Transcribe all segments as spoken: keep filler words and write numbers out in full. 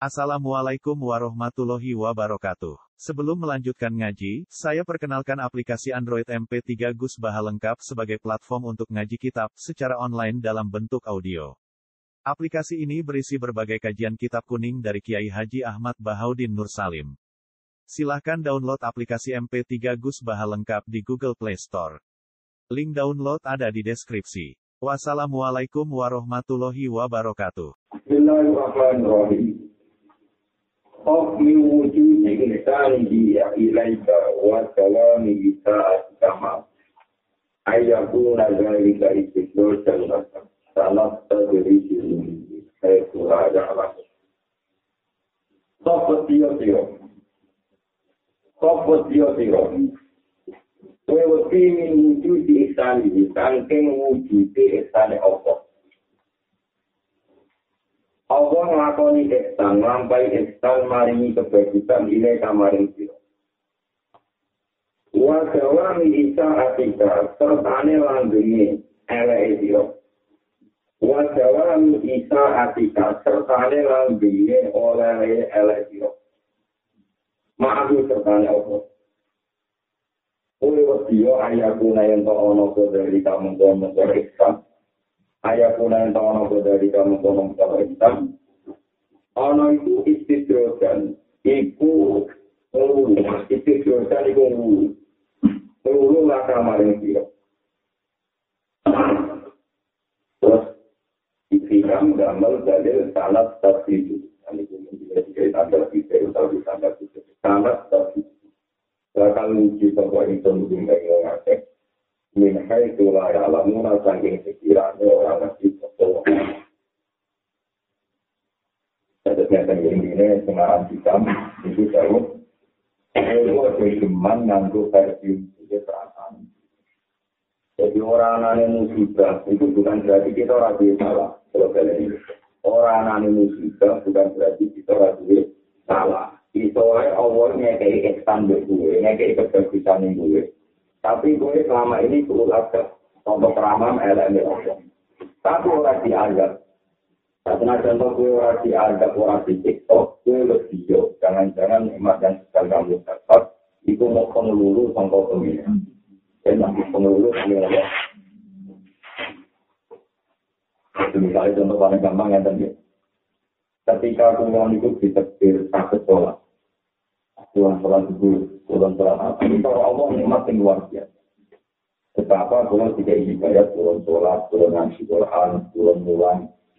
Assalamualaikum warahmatullahi wabarakatuh. Sebelum melanjutkan ngaji, saya perkenalkan aplikasi Android M P tiga Gus Baha lengkap sebagai platform untuk ngaji kitab secara online dalam bentuk audio. Aplikasi ini berisi berbagai kajian kitab kuning dari Kiai Haji Ahmad Bahaudin Nur Salim. Silahkan download aplikasi M P tiga Gus Baha lengkap di Google Play Store. Link download ada di deskripsi. Wassalamualaikum warahmatullahi wabarakatuh. Bismillahirrahmanirrahim. Of min wujudi insanihi ilaika wa salamihi sa'at kama ayyakuna dhalika istiqlal nasab sanat tadrisi haytu hada alam Sopo tiyo tiyo Sopo tiyo tiyo Wewe min wujudi insanihi sangking wujudi insani Allah Allah ngelakoni ihsan, lampai ihsan maringi kebajikan ini kamaring siro. Wa jawami isa atika, sertane langgeni elei siro. Wa jawami isa atika, sertane langgeni oleh elei siro. Maafu sertane Allah. Uwe wasiyo ayakuna yang ta'ono dari kamu komentar ihsan. Ayat puna yang tahu nama dari kamu konon kalau hitam, ono itu istidrosan, iku lulu, istidrosan iku lulu, lulu lah kamarin dia. Terus istiqam gambar dalil sanad tafsir, ini kemudian kita tanda kita tahu tanda kita sanad tafsir. Bahkan kita buat itu mungkin bagi orang min haitsu la ya'lamuna saking sekiranya orang ngerti betul. Jadi yang ini pengarang hitam itu tahu kalau kehidupan nganggo versi itu perasaan. Jadi orang aneh musibah itu bukan berarti kita ragu salah. Kalau kalian orang aneh musibah bukan berarti kita ragu salah. Itu Allah ngekei eksan gue, ngekei kebagusan gue. Tapi gue selama ini kulaka untuk ramam elek Allah. Tapi orang dianggap. Karena contoh gue orang dianggap orang di TikTok, gue lebih jauh. Jangan-jangan emak dan sekali kamu dapat. Itu mau pengelulu sampai pemilihan. Dan nanti pengelulu pemilihan Allah. Misalnya contoh paling gampang yang tadi. Ketika kulon itu ditektir sakit sholat. Tuhan sholat dulu, Tuhan sholat apa? Ini kalau Allah nikmat yang luar biasa. Betapa Tuhan tidak ibadat, Tuhan sholat, Tuhan ngasih Quran, Tuhan mulang.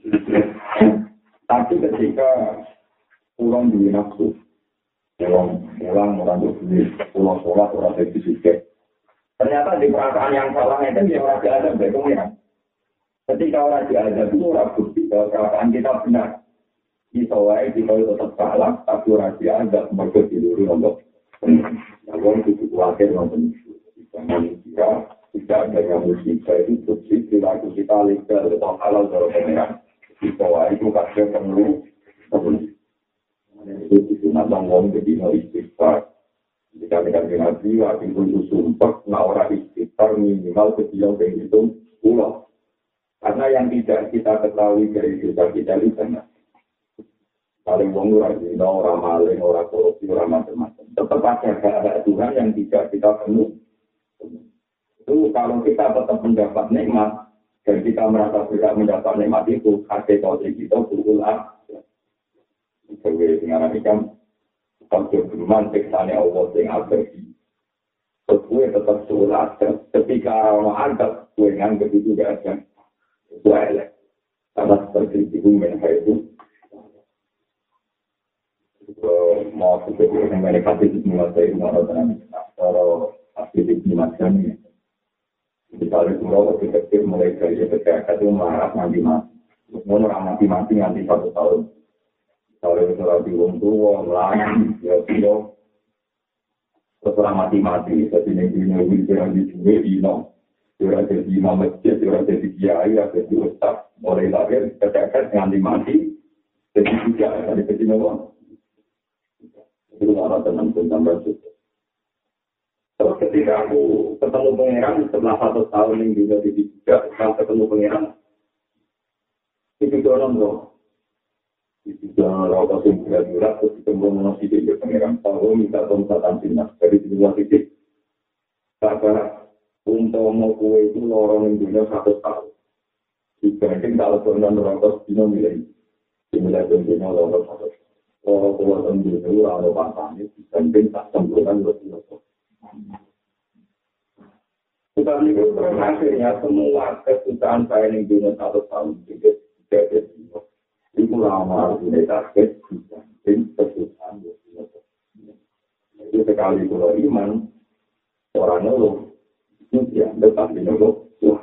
Tapi ketika Tuhan diri nafsu, Tuhan mulang, orang berdiri, Tuhan sholat, orang berdiri. Ternyata di perasaan yang salah itu dia orang diadab, baiknya. Ketika orang diadab itu orang bukti bahwa perasaan kita benar. Kita wae kita tetap salah, tapi orang dia agak mereka diluri untuk orang itu khawatir nonton itu. Jangan kira tidak adanya musibah itu bersih perilaku kita legal atau halal dari pemerintah. Kita wae itu kasih perlu perlu. Itu itu nantang orang jadi no istighfar. Jika kita dengar dia akan untuk sumpah, nah orang istighfar minimal kecil begitu pulau. Karena yang tidak kita ketahui dari dosa kita itu benar. Paling wong ora dina, ora maling, ora korupsi, ora macam-macam. Tetap ada Tuhan yang tidak kita penuh. Itu kalau kita tetap mendapat nikmat dan kita merasa tidak mendapat nikmat itu, hakikat kita berulang. Sebagai dengan ikan, kalau berman teksane Allah yang abadi. Sesuai tetap surat. Ketika orang angkat, gue nganggap itu tidak ada. Itu elek. Karena seperti itu mengenai itu. Mau seperti yang mereka itu menguasai semua orang kalau aktivitas macam ini. Jadi kalau pulau kecil mulai dari kesehatan itu marah nanti mati. Menurut mati mati nanti satu tahun. Kalau itu lagi wong tua, melayang, ya pulau. Setelah mati mati, jadi negeri negeri yang dijual di no. Dia jadi imam masjid, dia jadi kiai, jadi ustaz. Mulai lahir kesehatan nanti mati. Jadi juga dari kecil no. Itu orang tenang pun tambah suka. Terus ketika aku ketemu pangeran setelah satu tahun yang juga di tiga, setelah ketemu pangeran, itu dorong dong. Itu dorong rokok singkat belas terus ketemu masih di pengiran tahu minta tomsatan sinas dari semua titik karena untuk mau kue itu lorong yang dunia satu tahun dibanding kalau turunan rokok dino milih dimulai dunia lorong satu lorong kuatan dunia lalu pasangnya dibanding tak sempurna lebih rokok kita itu terus akhirnya semua kesusahan saya yang dunia satu tahun tidak tidak itu lama ini target dan kesusahan itu sekali kalau iman orang ngeluh itu ya depan di ngeluh wah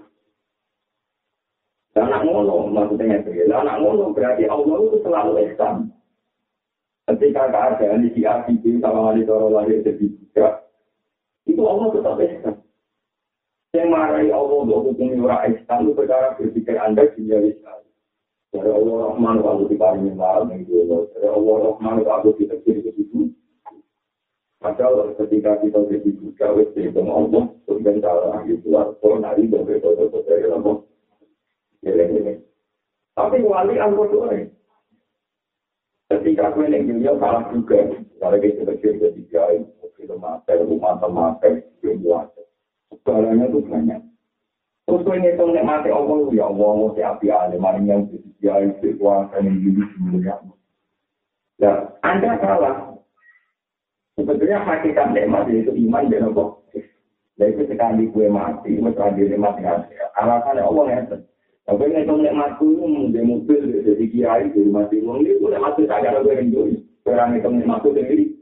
anak ngono maksudnya ngerti anak ngono berarti Allah itu selalu ihsan ketika keadaan di siasi sama wali toro lahir jadi juga itu Allah tetap ihsan yang marahi Allah untuk hukum orang ihsan itu perkara berpikir anda dunia sekali. Dari Allah Rahman aku diparingi malam yang dulu. Dari Allah Rahman aku ditegur ke situ. Padahal ketika kita jadi juga wes itu Allah kemudian cara ahli keluar pun hari beberapa dari Allah. Jelek-jelek. Tapi wali aku tuh ketika gue yang dunia kalah juga. Kalau kita kecil jadi jahit, kita mati, rumah mati, semua. Segalanya itu banyak. Terus gue ngitung nikmati Allah, ya Allah, mau siapi ada maling yang disediakan, dikuasai, yang hidup semuanya. Ya, Anda salah. Sebetulnya hakikat nikmat itu iman dan Allah. Jadi sekali gue mati, mesra diri mati hati. Alasannya Allah ngerti. Tapi ngitung nikmatku itu, di mobil, di kiai, di rumah di rumah, itu nikmatku tak ada gue enjoy. Orang ngitung nikmatku sendiri.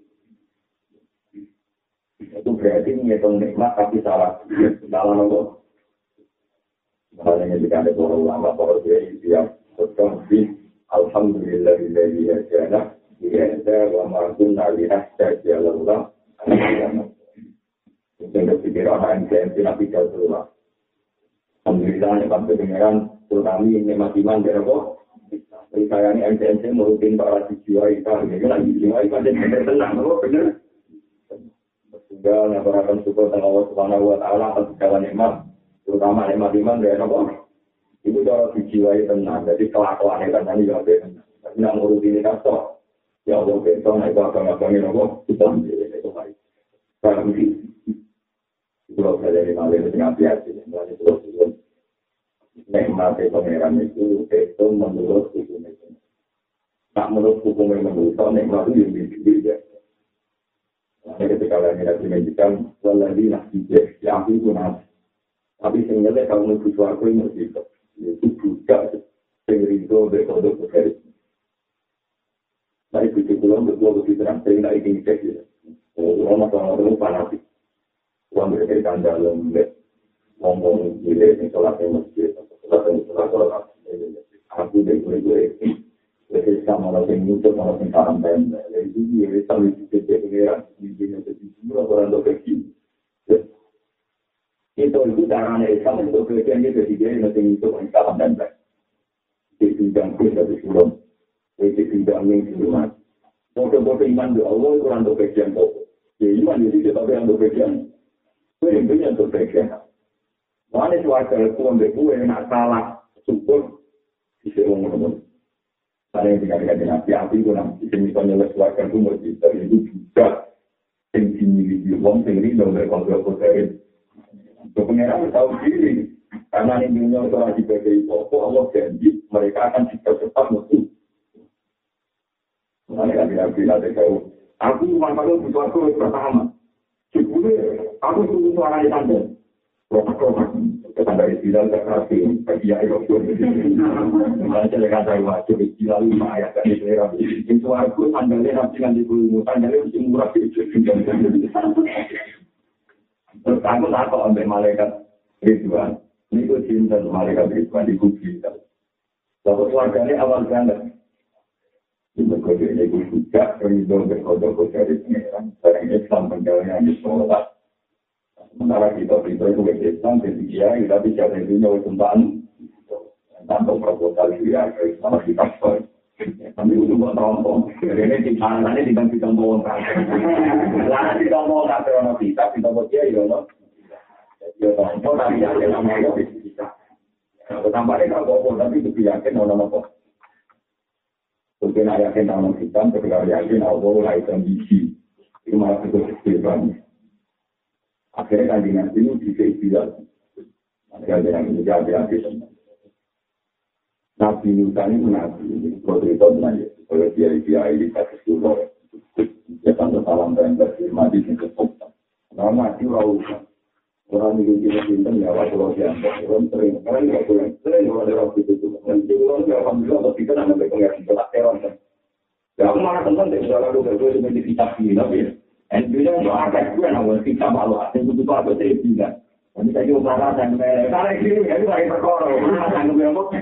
Itu berarti ngitung nikmat tapi salah. Salah Allah. Makanya jika ada para ulama, para kiai yang berkongsi, alhamdulillahilladzi hadana ila wa ma kunna linahtadiya laula an hadana. Jadi pikir orang yang tidak bisa terus. Alhamdulillah nikmat pengeran terutama nikmat iman dari Allah. Jadi saya ini M C M C merutin para jiwa kita, jadi lagi jiwa kita jadi tenang, benar. Sudah mengabarkan syukur kepada Allah Subhanahu Wa Taala atas segala nikmat. Terutama nikmat iman dari Allah, itu kalau dijiwai tenang, jadi kelakuan itu nanti juga tenang. Tapi nak nguruti ini kasar, ya Allah besok nak itu abang-abangin Allah, kita menjadi itu baik. Kalau begitu, itu kalau saya jadi malah itu hati-hati, mulai terus-terus. Nikmat pangeran itu itu menurut hukum itu. Tak menurut hukum yang menurut nikmat itu yang berbeda. Nah, ketika lagi nanti menjadikan waladi nak dijek, yang itu nanti. Tapi sebenarnya kalau menurut suaraku ini itu itu juga sehingga berkodok berkait. Dari tujuh bulan berdua begitu terang, saya tidak ingin cek ya. Orang orang itu fanatik. Orang berkaitan dalam ngomong gile, sholat yang masjid, sholat yang sholat sholat. Aku dan gue-gue itu sama orang yang nutup, orang yang saran tenda. Jadi dia bisa lebih cek pengeran, di sini jadi semua orang itu kecil. Itu itu caranya Islam untuk kerjaan dia jadi nanti itu Islam dan baik. Di bidang kita di Sulawesi, di bidang ini Sulawesi. Foto-foto iman doa Allah itu untuk kerjaan foto. Ya iman jadi kita tapi untuk kerjaan. Itu intinya untuk kerjaan. Mana suara itu untuk gue nak salah syukur bisa ngomong-ngomong. Karena yang dikatakan hati-hati itu nanti misalnya suara itu mau dari itu juga yang dimiliki orang sendiri dan berkontrol-kontrol. Pengeran tahu diri, karena ini dunia itu lagi sebagai pokok, Allah janji mereka akan cepat-cepat musuh. Mereka bilang-bilang tahu, aku masalah butuh aku pertama. Sebelumnya, aku tunggu suara di tanda. Ropak-ropak, ketanda istilah terkasih, bagi ayah itu. Mereka kata, wajib istilah lima ayat dari selera. Itu aku tandanya nanti nanti dulu, tandanya mesti murah. Terus aku takut sampai malaikat Ridwan. Ini itu cinta malaikat Ridwan di kubri. Lalu keluarganya awal banget. Di berkode ini aku juga Ridwan berkode-kode dari pengeran. Sekarang Islam penjalanan di sholat. Sementara kita itu itu Islam, jadi dia kita bicara itu nyawa tumpaan. Tanpa proposal dia ke Islam kita sekolah. Tapi itu buat rompong. Jadi ini di mana ini tidak bisa bohong. Lalu tidak bohong tak terlalu kita, kita buat dia itu loh. Dia rompong tapi ada namanya bisa. Tampaknya kalau bohong tapi itu yakin orang apa. Mungkin yakin tangan hitam, ketika yakin Allah hitam biji. Itu malah betul-betul banget. Akhirnya kanjeng Nabi itu bisa-bisa. Ada yang menjadi-jadi. Nabi Musa ini Nabi. Kalau cerita benar, kalau dia-dia ini kasih dulu. Dia tanda salam dan berfirman di sini. Nah, mati rauh. Orang itu kita ya waktu lo dianggap orang sering, karena nggak boleh sering kalau ada waktu itu. Nanti orang nggak alhamdulillah waktu kita nggak berpengaruh kita tak teror kan. Ya aku malah tentang deh soal aku berdua dengan di kitab ini tapi, and dia nggak ada gue nggak kita malu asing itu tuh apa sih tidak. Tapi saya juga malah dan karena ini ya itu lagi berkoror, malah tanggung jawab.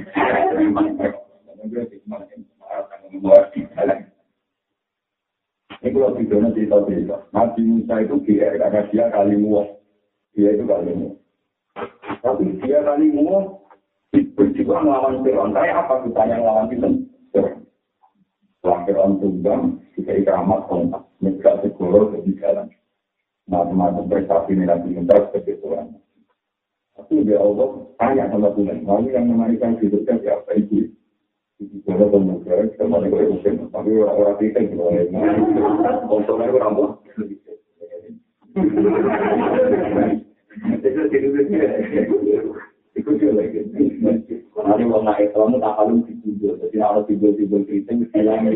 Ini kalau videonya cerita-cerita, Nabi Musa itu G R karena dia kali muak. Dia itu kalimu. Tapi dia kalimu berjuang melawan Fir'aun. Kayak apa kita yang melawan Fir'aun? Setelah Fir'aun tunggang, kita ikeramat kontak. Mereka segoro ke jalan. Macam-macam prestasi Nabi Musa seperti Tuhan. Tapi dia Allah tanya sama Tuhan. Lalu yang memarikan hidupnya siapa itu? Itu ada pembukaan, kita mana boleh mungkin. Tapi orang-orang kita juga kontrolnya berambut. Itu itu juga lagi. Kalau mau naik kamu tak perlu tidur. Jadi kalau tidur tidur kita mesti lama.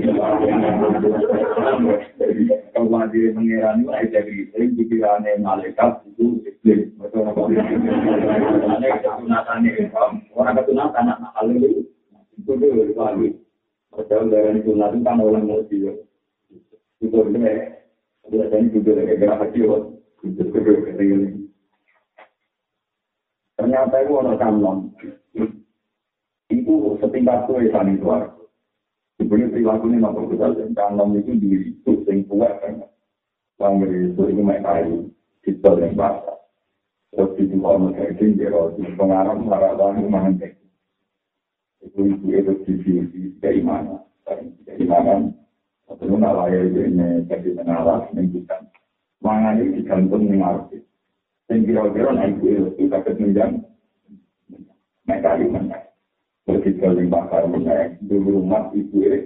Kalau masih mengirani ada cerita pikirannya malaikat itu ekstrim. Betul apa? Karena kesunatannya orang kesunatan anak alim itu itu dulu lagi. Kalau dari sunat itu kan orang mau tidur. Tidur deh. Biasanya tidur lagi gerak kecil. Ternyata itu ada kamlong. Itu setingkat kue saling keluar. Sebenarnya perilaku ini mampu kita. Kamlong itu diri itu yang kuat. Bang itu itu mereka itu kita yang bahasa. Terus itu kalau mereka itu pengarah mengharapkan humanity. Itu itu itu divisi keimanan. Keimanan. Atau nalaya ini jadi pengarah menunjukkan. Mangane digantung ning arti. Sing kira-kira nek itu kita ketunjang. Nek kali mana. Berarti kalau bakar menaik dulu rumah itu eh.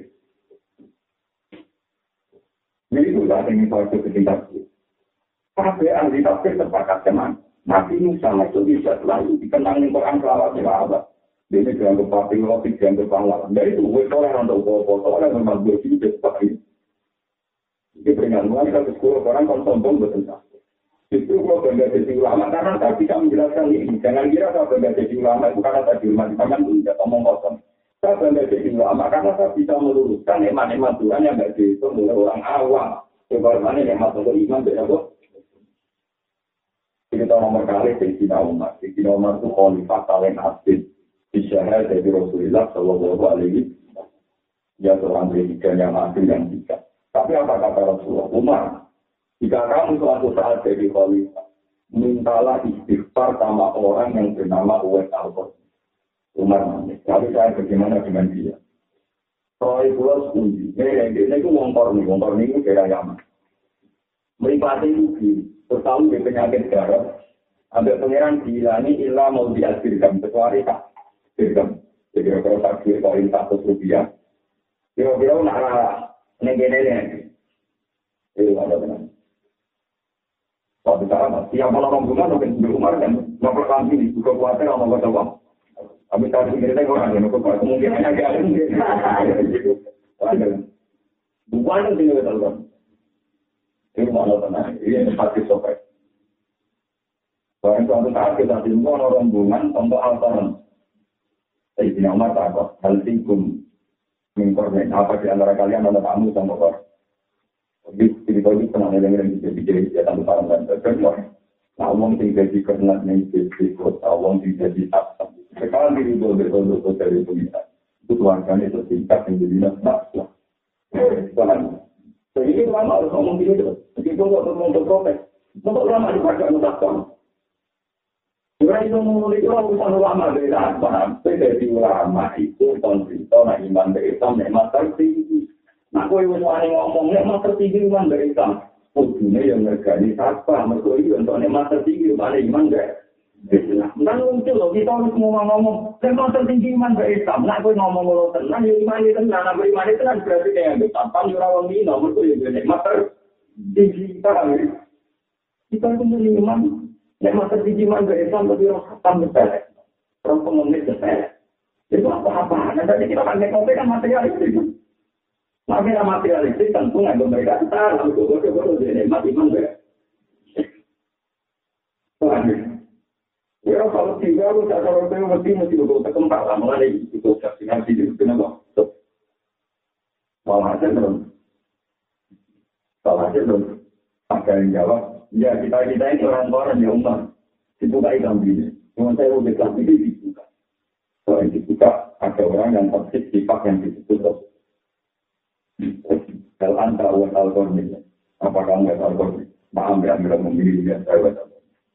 Jadi itu lah yang itu ketinggalan. Tapi ahli tafsir sepakat teman. Nabi Musa itu bisa selalu dikenang ning Quran selawat selawat. Dia dianggap paling roti dianggap pahlawan. Dari itu gue soalnya untuk foto oleh memang gue sih seperti itu. Di peringatan kita sekolah orang kan sombong betul. Justru kalau bangga jadi ulama karena saya bisa menjelaskan ini. Jangan kira saya bangga jadi ulama itu karena saya di rumah dipangan itu tidak omong kosong. Saya bangga jadi ulama karena saya bisa meluruskan nikmat-nikmat Tuhan yang tidak dihitung oleh orang awam. Sebagaimana nikmat untuk iman beda kok. Kita nomor kali Sayyidina Umar. Sayyidina Umar itu khalifah paling asli. Disyahir dari Rasulullah Shallallahu Alaihi Wasallam. Dia seorang presiden yang asli yang bijak. Tapi apa kata Rasulullah? Umar, jika kamu suatu saat jadi khalifah, mintalah istighfar sama orang yang bernama Uwais Al-Qur'an. Umar nangis. Tapi saya bagaimana dengan dia? Soal pulau sepundi. Ini ini itu wongkor nih, wongkor ini itu daerah Yaman. Meripati itu tertahu di penyakit darah. Ambil pengiran dilani ilah mau diasirkan kecuali tak dirgam. Jadi kalau tak kira koin satu rupiah, kira-kira nak negara-negara itu ada benar. Suatu cara, siapa orang rumah mungkin di rumah kan melakukan ini juga kuatnya orang nggak tahu. Tapi kalau di negara orang yang melakukan kemungkinan agak ada mungkin. Bukan itu yang kita lakukan. Ini mana tenang, ini pasti sopir. Soalnya suatu saat kita timbul rombongan untuk altaran. Saya tidak umar takut, hal singkum. Mengkorban apa di antara kalian ada tamu sama orang. Jadi cerita itu pernah ada yang jadi jadi tamu barang dan terkenal. Nah, uang tinggal di kernet nih di kota, uang tinggal di atas. Sekarang di itu betul-betul dari pemerintah. Itu keluarganya itu tingkat yang jadi nafsu. Soalnya, jadi lama harus ngomong gini terus. Meskipun nggak ngomong berprotes, untuk lama dipakai untuk takon. Jika itu mengulik itu urusan ulama beda, paham? Dari ulama itu konflikto, nah iman dari Islam memang tertinggi. Nah, kau yang ngomong memang tertinggi iman dari Islam. Ujungnya yang ngergani siapa? Mereka itu untuk memang tertinggi, mana iman dari Bismillah. Nang lucu loh, kita harus ngomong-ngomong. Memang tertinggi iman berislam. Nah, gue ngomong lo tenang, ya iman itu tenang. Nah, iman itu tenang berarti kayak yang tanpa nyurawang ini. Nomor itu ya nikmat tertinggi kita. Kita itu beriman. Nikmat tertinggi iman berislam, tapi orang khatam berbelek. Orang pengemis berbelek. Itu apa-apa. Nah, tadi kita kan nekotnya kan materialistik. Makanya materialistik tentu nggak mereka kita. Lalu gue-gue-gue jadi nikmat iman berislam. Ya kalau tiga lu tak kalau saya mesti mesti betul terkempak lah mulai itu saksikan video kenapa? Malah aja belum. Malah aja belum. Ada yang jawab, ya kita kita ini orang orang yang umat dibuka ikan bini. Cuma saya udah kasih dibuka. Kalau dibuka ada orang yang tertib sifat yang ditutup. Kalau anda awal alkohol apakah nggak alkohol? Maaf ya ambil memilih dia saya baca.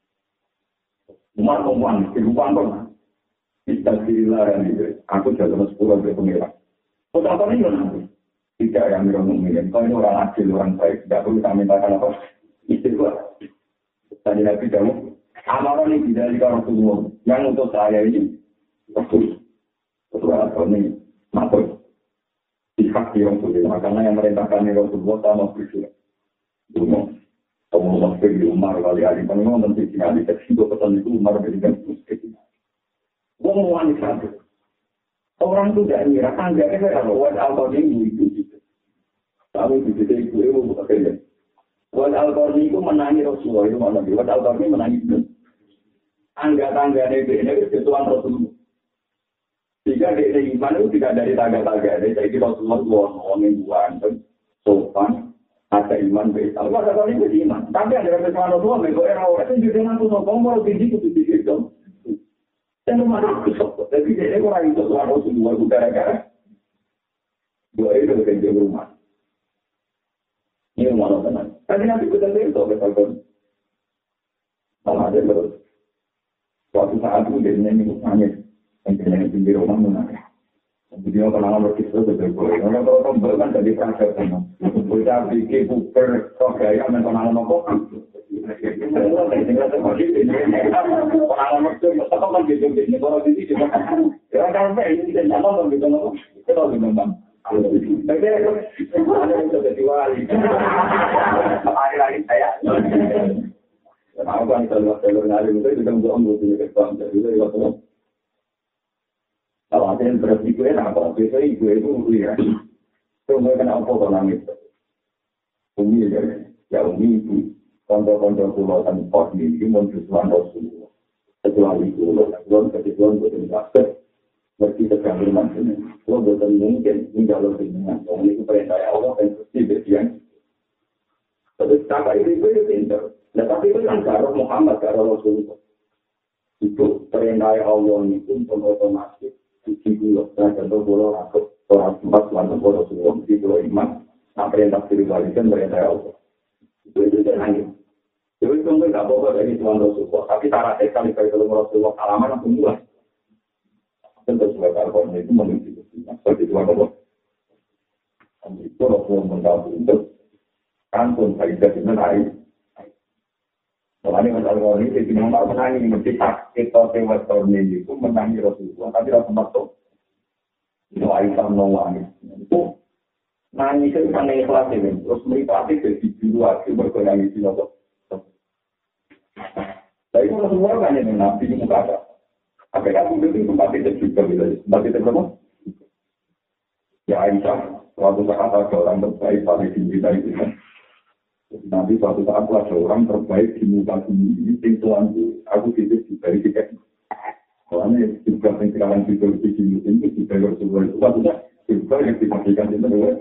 Umat umat kehidupan pun kita dilarang itu. Aku jalan sepuluh dari pengira. Potong ini nanti tidak yang ngomongin. Kau ini orang adil orang baik. Tidak perlu kami mintakan apa istighfar. Tadi Nabi kamu amaran ini tidak Rasulullah. Yang untuk saya ini Rasul. Rasulullah ini matur. Pihak yang Rasulullah. Karena yang merintahkan Rasulullah sama bersyukur. Umum. Kamu sampai di Umar kali-kali, kan memang nanti tinggal di teksi, itu pesan itu Umar berikan musik. Wong wanita itu. Orang itu tidak ngira, tangganya saya kalau buat alkohol ini itu. Lalu di situ itu, itu bukan kerja. Buat alkohol itu menangi Rasulullah, itu mana? Buat alkohol ini menangi itu. Tangga-tangganya itu, ini ketuan Rasulullah. Jika di iman itu tidak dari tangga-tangga, jadi Rasulullah ngomongin buan, sopan. Ada iman baik. Kalau ada kali itu iman. Tapi ada kesalahan tua, mereka orang itu juga nanti sokong mau tinggi itu tinggi dong. Dan mana itu sokong. Jadi dia orang itu tuan Rasulullah itu gara-gara dua itu kerja rumah. Ini rumah tenang. Tapi nanti kita lihat itu betul. Malah ada terus. Suatu saat itu dia nyanyi nangis. Yang nyanyi tinggi rumah menangis. Kemudian kenangan berkisah betul-betul. Kalau tombol kan jadi prasat sama. Kita bikin buper gaya dan kenangan apa? Kenangan itu apa kan gitu gitu. Kalau di sini ya kan ini tidak nyala gitu loh. Kita lebih memang. Tapi ada yang sudah diwali. Hari-hari saya. Apa yang kalau kalau nari itu juga untuk untuk punya kesempatan jadi itu. Kalau ada yang berarti gue apa? Biasanya gue itu lihat. Tunggu kenapa kok nangis? Umi ya, ya umi itu konco-konco pulau tanpa ini menjusuan Rasulullah. Kecuali pulau, pulau kecuali bukan kasar. Berarti sedang bermanfaat. Pulau bukan mungkin tinggal di dengan. Orang itu perintah Allah dan pasti berjian. Tapi tak itu gue pintar. Tetapi itu kan karo Muhammad karo Rasulullah. Itu perintah Allah itu pun otomatis. Suci pulau, dan contoh pulau aku orang tempat selama pulau Rasulullah di pulau iman, nah perintah diriwalikan perintah Allah. Itu itu nangis. Jadi itu nggak apa-apa dari Tuhan Rasulullah, tapi syaratnya kali kali kalau Rasulullah halaman langsung mulai. Tentu sebagai karbon itu menuju ke sini. Seperti Tuhan Allah. Itu Rasulullah menggabung untuk kantun kaidah dengan air. Soalnya masalah ini, jadi nomor menangi mesti sakit atau tewas tahun ini itu menangi Rasulullah, tapi rasa masuk itu Aisyah menangis. Itu nangis itu kan ikhlas ini, terus meripati jadi dulu aja berkoordinasi di Nabi. Tapi itu Rasulullah kan yang Nabi di muka ada. Apa yang aku bilang tempat itu juga bila tempat itu berapa? Ya Aisyah, suatu saat ada orang terbaik pada diri dari itu. Nanti suatu saat ada orang terbaik di muka bumi ini, yang Tuhan itu, aku tidak diberi tiket. Soalnya juga yang sekarang di televisi itu juga Rasulullah itu, maksudnya juga yang dipastikan itu adalah.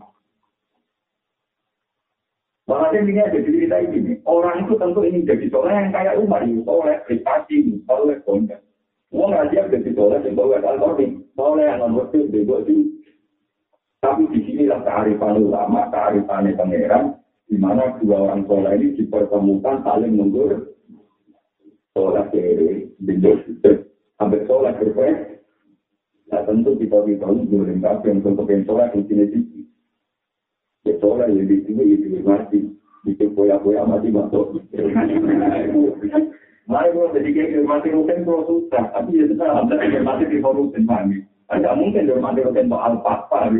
Makanya ini ada cerita ini, orang itu tentu ingin jadi soleh yang kayak Umar, soleh prestasi, soleh konten. Semua ngajar jadi soleh, yang bawa al-Qur'an, soleh yang non-worship, bebas itu. Tapi di sinilah kearifan ulama, kearifan pangeran, di mana dua orang soleh ini dipertemukan saling menggur soleh kiri, binjol sudah, sampai soleh berfek. Nah tentu kita tahu goreng kafe yang untuk yang soleh di sini sih. Ya soleh yang di sini itu mati, itu boya-boya mati masuk. Mari kalau jadi kayak mati rutin kalau susah, tapi ya sudah alhamdulillah mati di rutin mami. Tidak mungkin dia mati rutin untuk alpapa.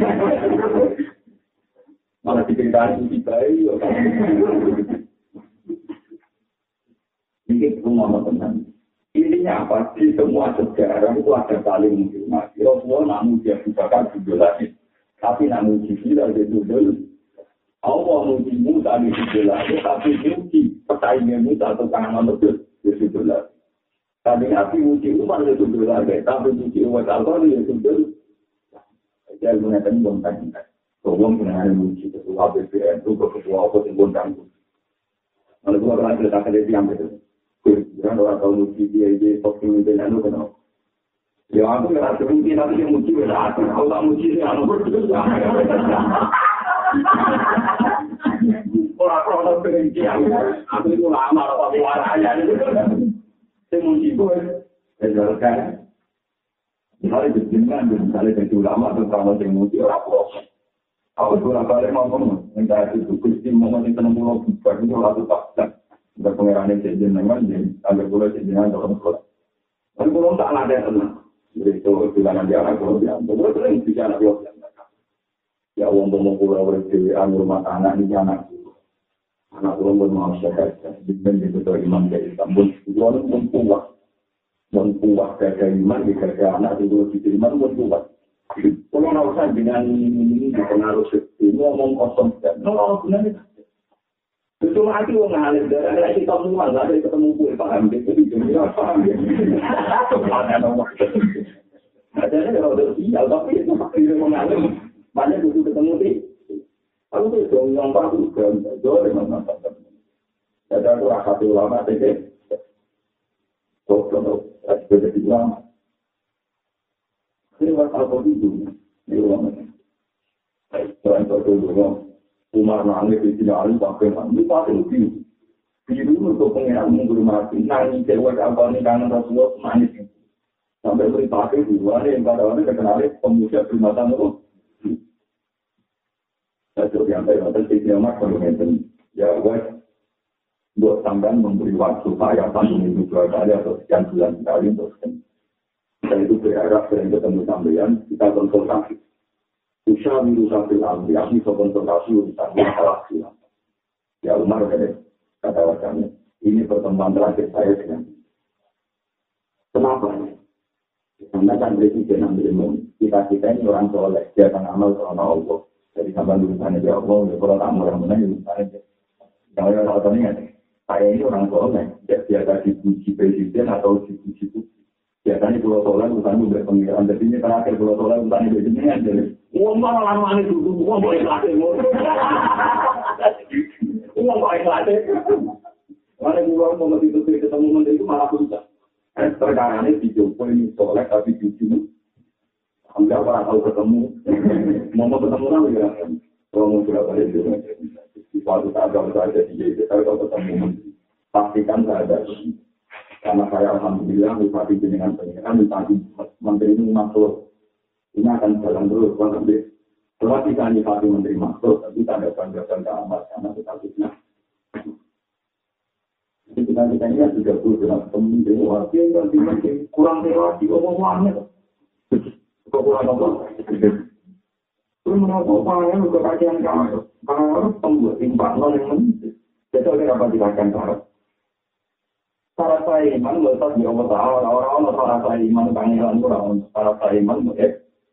Malah diceritakan di bayi. Ini semua teman. Intinya apa? Di semua sejarah itu ada saling menghormati. Rasulullah namun dia bukan judul lagi. Tapi namun judul ada judul. Allah muji Musa di judul lagi. Tapi muji persaingan Musa atau tangan manusia di judul lagi. Tapi Nabi muji Umar di judul lagi. Tapi muji Umar al-Qadhi di judul. Jadi mengatakan bongkang. Tolong dengan muji ketua B P N itu ketua apa yang bongkang. Kalau kita pernah ceritakan dari yang itu. Kan orang tahu muji dia dia top pemimpin anu kenal. Ya aku nggak ada mungkin tapi yang muji berarti kalau tak muji dia anu berdua. Orang orang berhenti aku itu lama apa suaranya itu. Saya muji gue, sejarahkan. Misalnya jenengan, misalnya jadi ulama atau kalau saya muji orang proses. Aku sudah balik ngomong, minta itu Gusti mau nanti tenang pulau bukan itu orang tak. Untuk pengerangan sejen memang, agar boleh sejenan dalam sekolah. Tapi kalau tak ada tenang, jadi itu bilangan di anak pulau yang betul sering bicara pulau yang ya uang ngomong pulau berdiri rumah anak ini anak anak pulau pun mau sehat, jadi itu dari imam dari Istanbul, itu orang pun kuat, pun kuat dari iman di kerja anak itu di iman pun kuat. Kalau nak dengan ini dipengaruhi seperti ini ngomong kosong dan kalau benar betul hati orang ngalir dari kita semua, dari ketemu gue paham, jadi jadi paham ya. Adanya kalau ada sial, tapi itu pasti mengalir. Banyak butuh ketemu sih. Aku tuh dong yang bagus kan, jauh dengan mantan. Jadi aku rasa ulama tadi, kok kalau ada jadi ulama, ini bakal kau itu, di ulama. Selain itu dulu. Umar nangis di sini alim sampai mandi pasti biru. Biru untuk pengiran menghormati. Nangis cewek apa nih kangen Rasulullah nangis. Sampai beri pakai dua nih yang pada waktu terkenal pemuda primatan itu. Saya coba yang saya kata sih Umar kalau ngeten ya wes buat sampean memberi waktu saya satu minggu dua kali atau sekian bulan sekali terus kan. Saya itu berharap sering ketemu sampean kita konsultasi. Usaha mirusa fil amri, aku bisa konsultasi urusan masalah silam. Ya Umar kata wajahnya, ini pertemuan terakhir saya dengan kenapa? Karena kan presiden ambil kita-kita ini orang soleh, dia akan amal karena Allah. Jadi sampai urusannya dia Allah, ya kalau tak mau orang menang, urusannya. Yang saya tahu ini, saya ini orang soleh, dia biasa dipuji presiden atau dipuji publik. Biasanya pulau soleh, urusannya udah pengiran, jadi ini terakhir pulau soleh, urusannya udah jenengan, jadi uang mana lama itu dulu, uang boleh latih, uang boleh latih. Mana uang mau ngerti itu ketemu menteri itu malah susah. Perkara ini dicoba ini soleh tapi jujur. Enggak pernah tahu ketemu, mau ketemu lagi ya. Kalau mau sudah balik juga, di suatu saat kalau saya jadi kita kalau ketemu menteri, pastikan saya ada. Karena saya alhamdulillah bupati dengan pengiran bupati menteri ini masuk. Ini akan jalan terus, kan? Setelah kita nyifati menteri masuk, tapi tanda tanda-tanda keamanan karena kita fitnah. Jadi kita kita ini juga perlu dengan menteri wakil dan menteri kurang dewasa, omongannya. Kok kurang apa? Terus menurut apa yang kekajian kamu? Kalau harus pembuat impak non yang menteri, jadi oleh apa dilakukan syarat? Syarat saya iman letak di Allah Taala. Orang-orang syarat saya iman pangeran kurang syarat saya iman eh.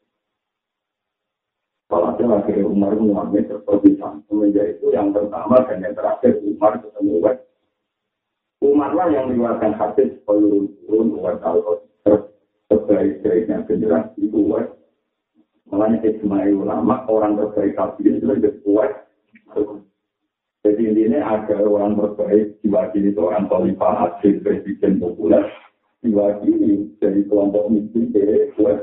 Kalau lagi Umar mengambil seperti semenjak itu yang pertama dan yang terakhir Umar ketemu Uwais. Umar lah yang mengeluarkan hadis pelurun Uwais al terus sebaik-baiknya generasi itu Uwais. Makanya ijma ulama orang terbaik tabiin itu lebih Uwais. Jadi intinya ada orang terbaik diwakili seorang khalifah asli presiden populer diwakili dari kelompok miskin dari Uwais.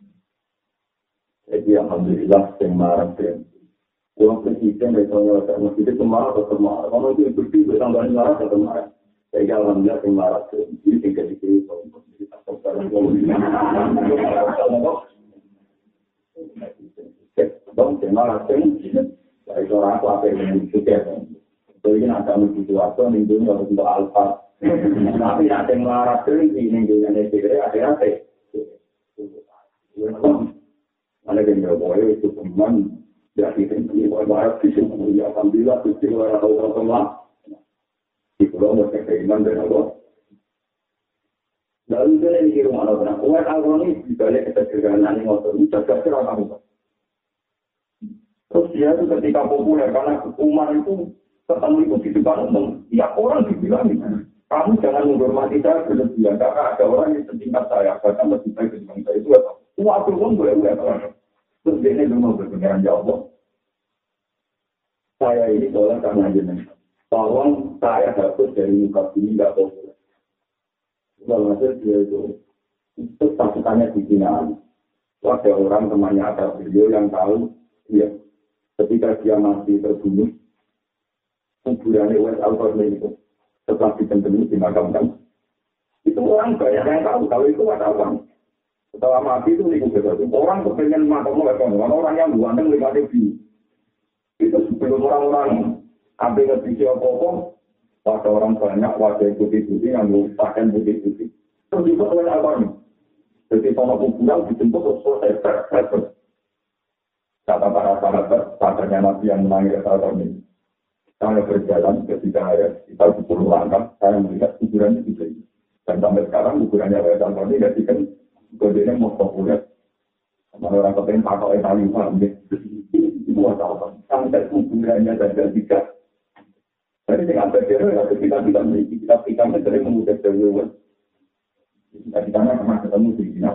Jadi alhamdulillah yang marah dan uang presiden dari tahun dua ribu itu marah atau marah. Kalau itu berbeda tambah marah atau marah. Jadi alhamdulillah yang marah dan ini tinggal di sini kalau kita sekarang kalau ini. Dong yang marah dan dari orang apa yang juga. Jadi ada menuju waktu minggunya untuk alfa Tapi nanti melarat tinggi ning dunyane dhewe ate-ate. Ana genyo boyo itu teman jadi tinggi wae di sini ya alhamdulillah itu ora tau sama. Itu lo mau keiman dan Allah. Lalu dia ini rumah Allah. Umat Allah ini dibalik kesederhanaan yang ngotot ini jaga cerah kamu. Terus dia itu ketika populer karena umat itu ketemu itu di depan umum. Ya orang dibilang kamu jangan menghormati saya berlebihan karena ada orang yang setingkat saya bahkan lebih baik dibanding saya itu apa? Waktu pun boleh boleh. Terus dia ini belum berpengaruh ya Allah. Saya ini tolong karena jenengan. Tolong saya dapat dari muka bumi nggak populer. Walhasil dia itu, itu pasukannya di Cina. Ada orang temannya ada beliau yang tahu, ya, ketika dia masih terbunuh, kuburannya West Al-Qarni itu, setelah ditempeli dimakamkan. Itu orang banyak yang tahu, kalau itu wartawan. Setelah mati itu liku betul. Orang kepengen makam West Al-Qarni, orang yang buandeng lima ribu. Itu sebelum orang-orang ambil ngerti apa-apa, pada orang banyak wajah putih-putih yang pakaian putih-putih. Terus juga oleh apa nih? Jadi sama kuburan dijemput selesai ter kata para sahabat, pacarnya Nabi yang menangis saat ini. Saya berjalan ketika saya sekitar sepuluh langkah, saya melihat kuburannya di sini. Dan sampai sekarang kuburannya Wes Al-Qarni jadi kan kodenya mau populer. Sama orang kepengen pakai tali paham deh. Itu apa? Sampai kuburannya saja tidak. Jadi dengan berbeda, kita tidak memiliki kitab kita dari mengutip dari luar. Kita tidak pernah ketemu di sini.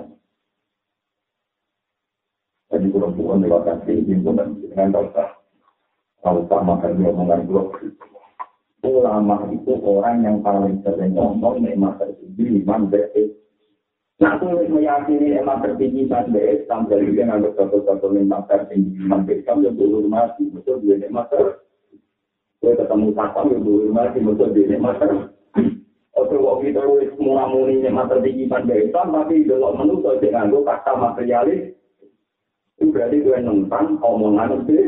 Jadi kurang-kurang lewat tinggi pun dengan dosa. Kalau tak makan omongan blog. Ulama itu orang yang paling sering ngomong nikmat tertinggi iman bees. Nah, aku meyakini nikmat tertinggi iman bees sampai dia nganggap satu-satu nikmat tertinggi iman bees kamu yang dulu mati betul dia nikmat tertinggi. Saya ketemu satpam yang berhormati betul di nikmat tertinggi. Oke, waktu itu mula-muli nikmat tertinggi pada Islam, tapi belum menutup dengan itu kata materialis. Itu berarti gue nentang omongan itu.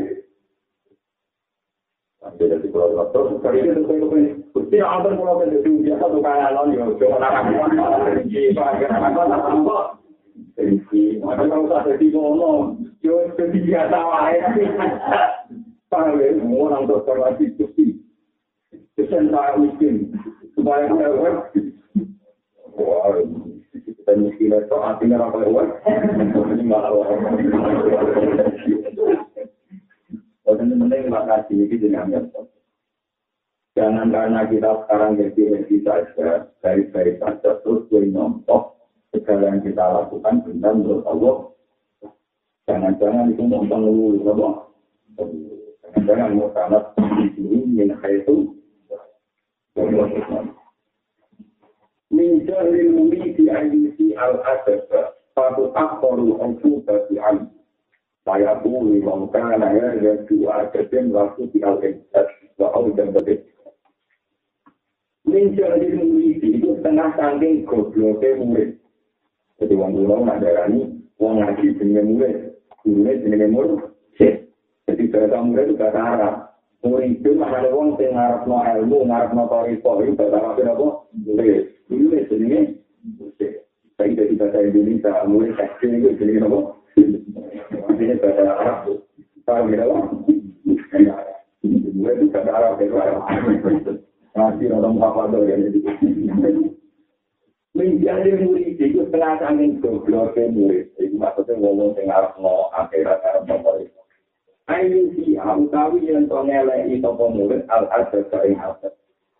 Tapi dari pulau terus kali ini saya kepengen. Kusti antar pulau itu biasa tuh kayak non yo, cuma nak tertinggi, bagian apa tak apa. Tertinggi, macam kalau tak tertinggi ngomong, yo tertinggi biasa wae. Saya semua orang terserati suci. Kesan saya miskin. Supaya saya buat. Wah, kita miskin itu artinya apa buat? Ini malah orang. Teman-teman makasih ini dengan jangan karena kita sekarang jadi saja, baik-baik saja terus menyontoh segala yang kita lakukan benar menurut Allah. Jangan-jangan itu nonton dulu, apa? Jangan mau sangat ini minha itu minjar ilmi di ayusi al-adab satu aktorul al-fuba di al saya boleh mengatakan yang dua adabin waktu di al-adab wa'au dan berbeda minjar ilmi itu setengah sangking gobloknya murid jadi orang dulu nak darani orang ngaji dengan murid gurunya dengan murid jadi bahasa murid itu bahasa Arab. Murid itu ada orang yang ngarap no ilmu, ngarap no toriko, itu bahasa Arab itu apa? Murid. Murid jenisnya murid. Tapi dari bahasa Indonesia, murid kecil itu jenisnya apa? Ini bahasa Arab. Tahu tidak apa? Murid itu bahasa Arab. Masih orang apa itu ya. Menjadi murid itu setengah angin gobloknya murid. Itu maksudnya ngomong yang ngarap no akhirat, ngarap no toriko. Ayu si utawi yang tongelai toko murid al-adab dari adab.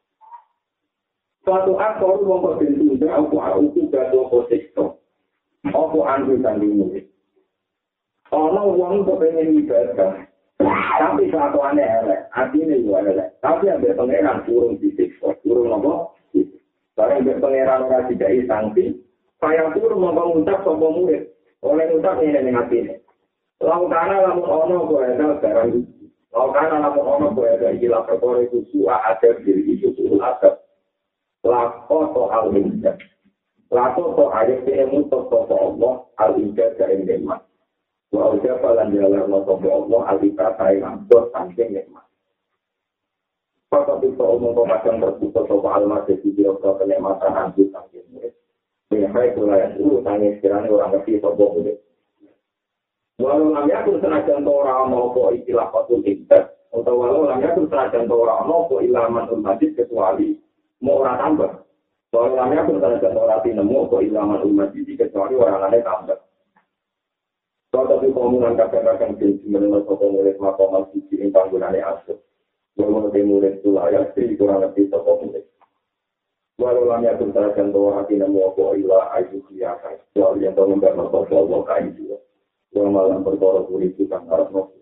Suatu aktor wong kok bentuk aku aku gado posikto. Aku andu sanding murid. Ono wong kok pengen ibadah. Tapi satuane elek, atine yo elek. Tapi ambek pangeran turun disiksa, turun apa? Barang ambek pangeran ora didai sanksi, saya turun ngomong ngucap sapa murid. Oleh ngucap ngene ning atine. Laukana lamun ono boeda barang laukana lamun ono boeda gila perkara itu suah ada diri itu suah ada lako to al-injad lako to ayat ilmu to to Allah al-injad dari nikmat wa uja falan jalan to Allah al-ikata yang langsung saking nikmat Fakot itu umum kadang terputus soal masjid di biro-biro kenikmatan anjir sambil murid. Biasanya itu layak dulu, tanya sekiranya orang ngerti sobo murid. Walau namanya pun senajan orang mau istilah kotul tidak, atau walau namanya pun senajan orang mau ilaman masjid kecuali mau orang tambah. Walau namanya pun senajan orang tinemu atau ilaman masjid kecuali orang lain tambah. Kalau tapi komunan kadang-kadang di menurut sobo murid maka masjid ini panggungannya asuh. Walau murid itu layak, jadi kurang lebih sopo murid. Walau lamanya bersahajan bahwa hati namu apa ilah ayu kelihatan. Soal yang tahu memberi sopo Allah kain juga. Walau malam berkorok murid itu kan harap nopo.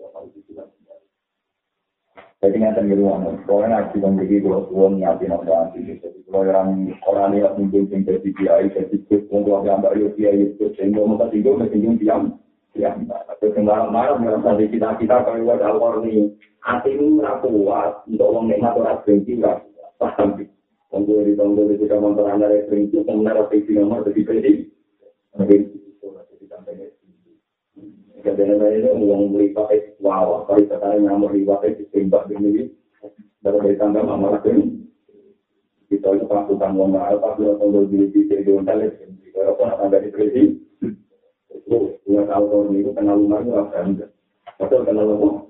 Jadi nggak terlalu kalau nak kita memiliki kalau tuan nyati nopo anti. Jadi kalau orang orang yang mungkin tinggal di kiai, jadi untuk gambar yo kiai itu sehingga mereka tinggal mesti diam. Ya, tapi kemarin malam merasa di kita kita kalau ada orang ini hati ini rapuh kuat untuk orang nikmat orang berhenti lah, paham? Tunggu di tunggu di kita motor anda berhenti, kemudian revisi nomor jadi berhenti, berhenti itu jadi sampai ini. Kadang-kadang ini uang beli pakai wow, kalau sekarang nyamuk di pakai tembak begini, baru dari tangga malah ini. Kita itu pasukan uang mahal, pasukan tunggu di di di hotel itu, kalau pun ada di berhenti. Oh, dua tahun itu kenal rumah itu apa enggak? Betul kenal rumah.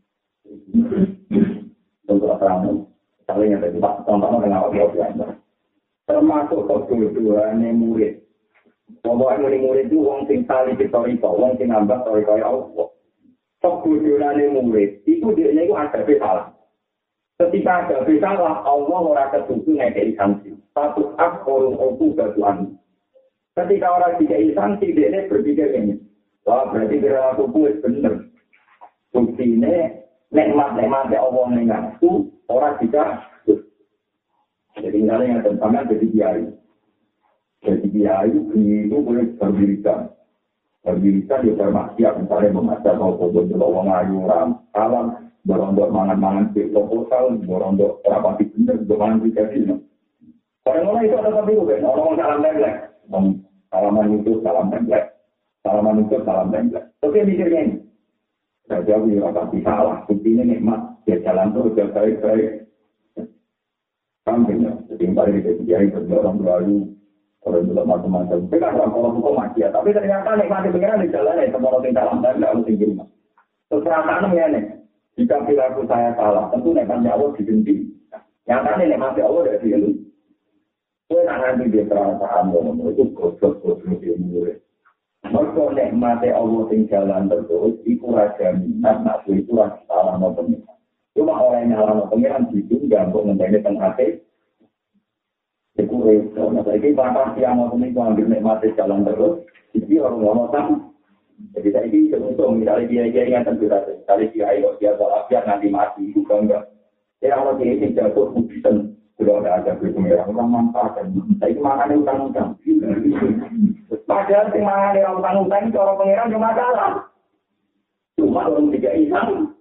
Untuk apa? Saling yang tadi Pak, contohnya kenal apa? Termasuk kebutuhannya murid. Pokoknya murid itu orang sing tali historika, orang sing nambah historika ya Allah. Kebutuhannya murid itu dia itu ada salah. Ketika ada salah, Allah orang ketutup ngekei sanksi. Satu akhorun oku batuan. Ketika orang dikai sanksi, dia berpikir ini. Wah, berarti perilaku kuis benar. Bukti ini, nikmat-nikmat Allah mengaku, orang tidak. Jadi misalnya yang tentangnya jadi kiai. Jadi kiai itu boleh berdirikan. Berdirikan juga bermaksiat, misalnya membaca mau kubur juga orang ayu, orang alam, berondok mangan-mangan di proposal, berondok rapati benar, bermangan di kasino. Orang-orang itu ada tapi bukan, orang-orang salam template. Salaman itu salam template. Salaman itu salam template. Oke, mikirnya ini. Saya jauh ya, pasti salah. Buktinya nikmat. Ya jalan terus, ya baik-baik. Sampingnya. Jadi kemarin kita dijari berdorong lalu. Orang juga macam-macam. Tapi kan orang-orang hukum maksiat. Tapi ternyata nikmati pengiran di jalan ya. Semua orang dalam dan tidak harus tinggi rumah. Terus perasaan ya nih. Jika perilaku saya salah, tentu nikmatnya Allah diganti. Yang tadi nikmatnya Allah tidak diganti. Saya nak nanti dia perasaan ngomong itu gosok-gosok dia murid. Mereka nikmati Allah yang jalan terus, itu raja minat, nafsu itu raja salah no pengiran. Cuma orang yang salah no pengiran ditunggang untuk menjadi penghati. Itu resiko. Nah, saya ini batas yang mau itu ambil nikmati jalan terus, jadi orang-orang sama. Jadi saya ini seuntung, misalnya dia-dia yang tentu saja. Misalnya dia ayo, dia tolak-biar nanti mati, itu enggak. Ya kalau dia ini jatuh kubisan. Sudah ada ada berkemerang, orang manfaatkan. Saya itu makannya utang-utang. Padahal si makannya utang-utang itu orang pengeran cuma salah. Cuma orang tiga isang.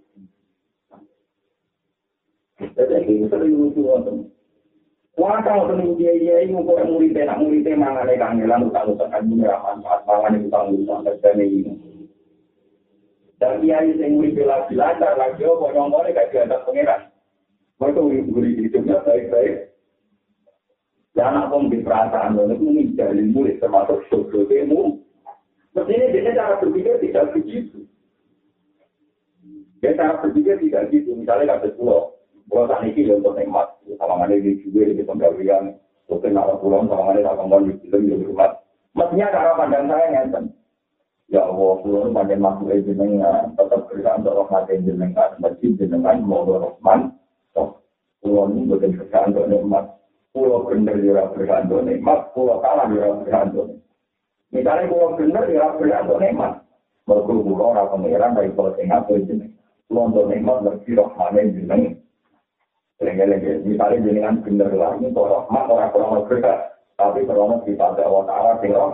Jadi ini sering lucu. Wah, kalau sering dia-dia ini mau murid nak muridnya makannya kangelan utang-utang. Kan punya manfaat, makannya utang-utang. Dan ini. Dan dia yang murid bela-belajar lagi, oh, nyongolnya kayak di atas pengeran. Mereka beri hidupnya baik-baik. Dan apa yang diperasaan itu menjadi murid termasuk sosial demo. Mestinya dia cara berpikir tidak begitu. Dia cara berpikir tidak begitu. Misalnya kata pulau, pulau tak ini untuk nikmat. Samangannya di juga di penggawian. Mungkin arah pulau samangannya tak kembali di film di rumah. Mestinya cara pandang saya ngenten. Ya Allah, pulau pandang makhluk jenengan tetap berikan untuk rahmat jenengan, masjid jenengan mau rahman. Pulau ini bukan berkaitan dengan nikmat. Pulau benar juga berkaitan dengan nikmat. Pulau kalah juga berkaitan dengan nikmat. Misalnya pulau benar juga berkaitan dengan nikmat. Mereka pulau orang pengeran dari pulau tengah itu jenis. Pulau untuk nikmat berarti rahmatnya jenis. Lagi-lagi, misalnya jenengan benar lagi untuk rahmat orang-orang berkat. Tapi kalau kita ada Allah Ta'ala tinggal.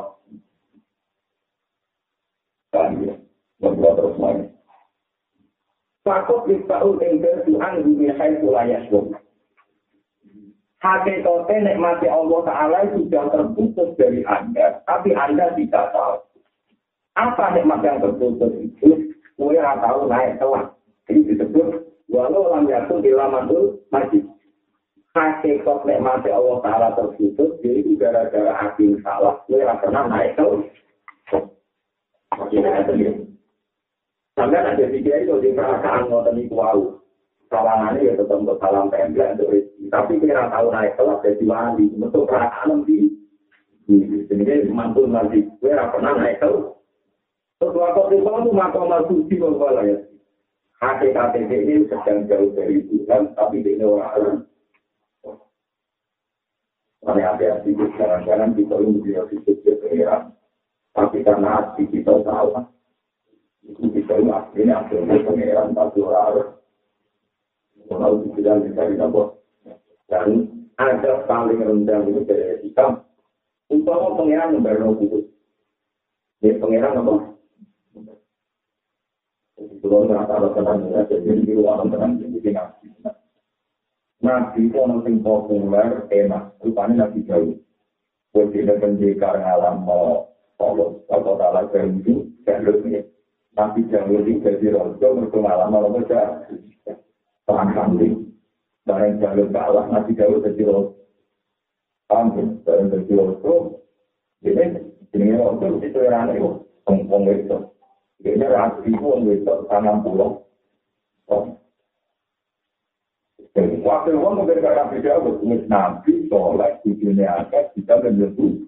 Dan ya, berbuat terus lagi. Fakut diktaul enggar Tuhan bimihai pulayas bom. Hakikatnya nikmati Allah Ta'ala sudah terputus dari Anda, tapi Anda tidak tahu. Apa nikmat yang terputus itu? Kue tahu naik kelas. Ini disebut Walau lam yakun ilamanul majid. Hakikat nikmat Allah Ta'ala terputus, jadi itu gara-gara hati salah, gue gak pernah naik tau. Sampai ada tiga itu di perasaan ngoten iku wau. Sawangannya ya tetap untuk salam template untuk rezeki. Tapi kira tahu naik kelas jadi wali, untuk perasaan di ini mantul lagi. Gue gak pernah naik tau. Terus waktu itu itu makomah suci malah ya. Hakikat ini sedang jauh dari Tuhan, tapi ini orang-orang. Karena hati-hati kadang-kadang kita lebih hidup di pengiran. Tapi karena hati kita salah, itu kita akhirnya akhirnya pengiran tapi orang kalau tidak bisa didapat. Dan ada paling rendah itu dari kita. Umpama pengiran membayar putus. Jadi pengiran apa? Kalau rata-rata tenangnya, jadi di ruangan tenang jadi nabi. Nabi itu orang yang populer, enak. Rupanya nabi jauh. Ketika pendekar ngalam mau tolong, kalau salah berhenti, jalur ini. Nabi jauh di jadi rojo, berpengalaman mau baca. Perang kambing. Barang jalur kalah, nabi jauh jadi rojo. Kambing, barang jadi rojo. Jadi, ini rojo, itu yang aneh. Pengpong itu. Ini rapi itu orang itu tanam pulau. Waktu itu orang berkata beda, berkumis nabi, sholat, di dunia atas, kita menyebut.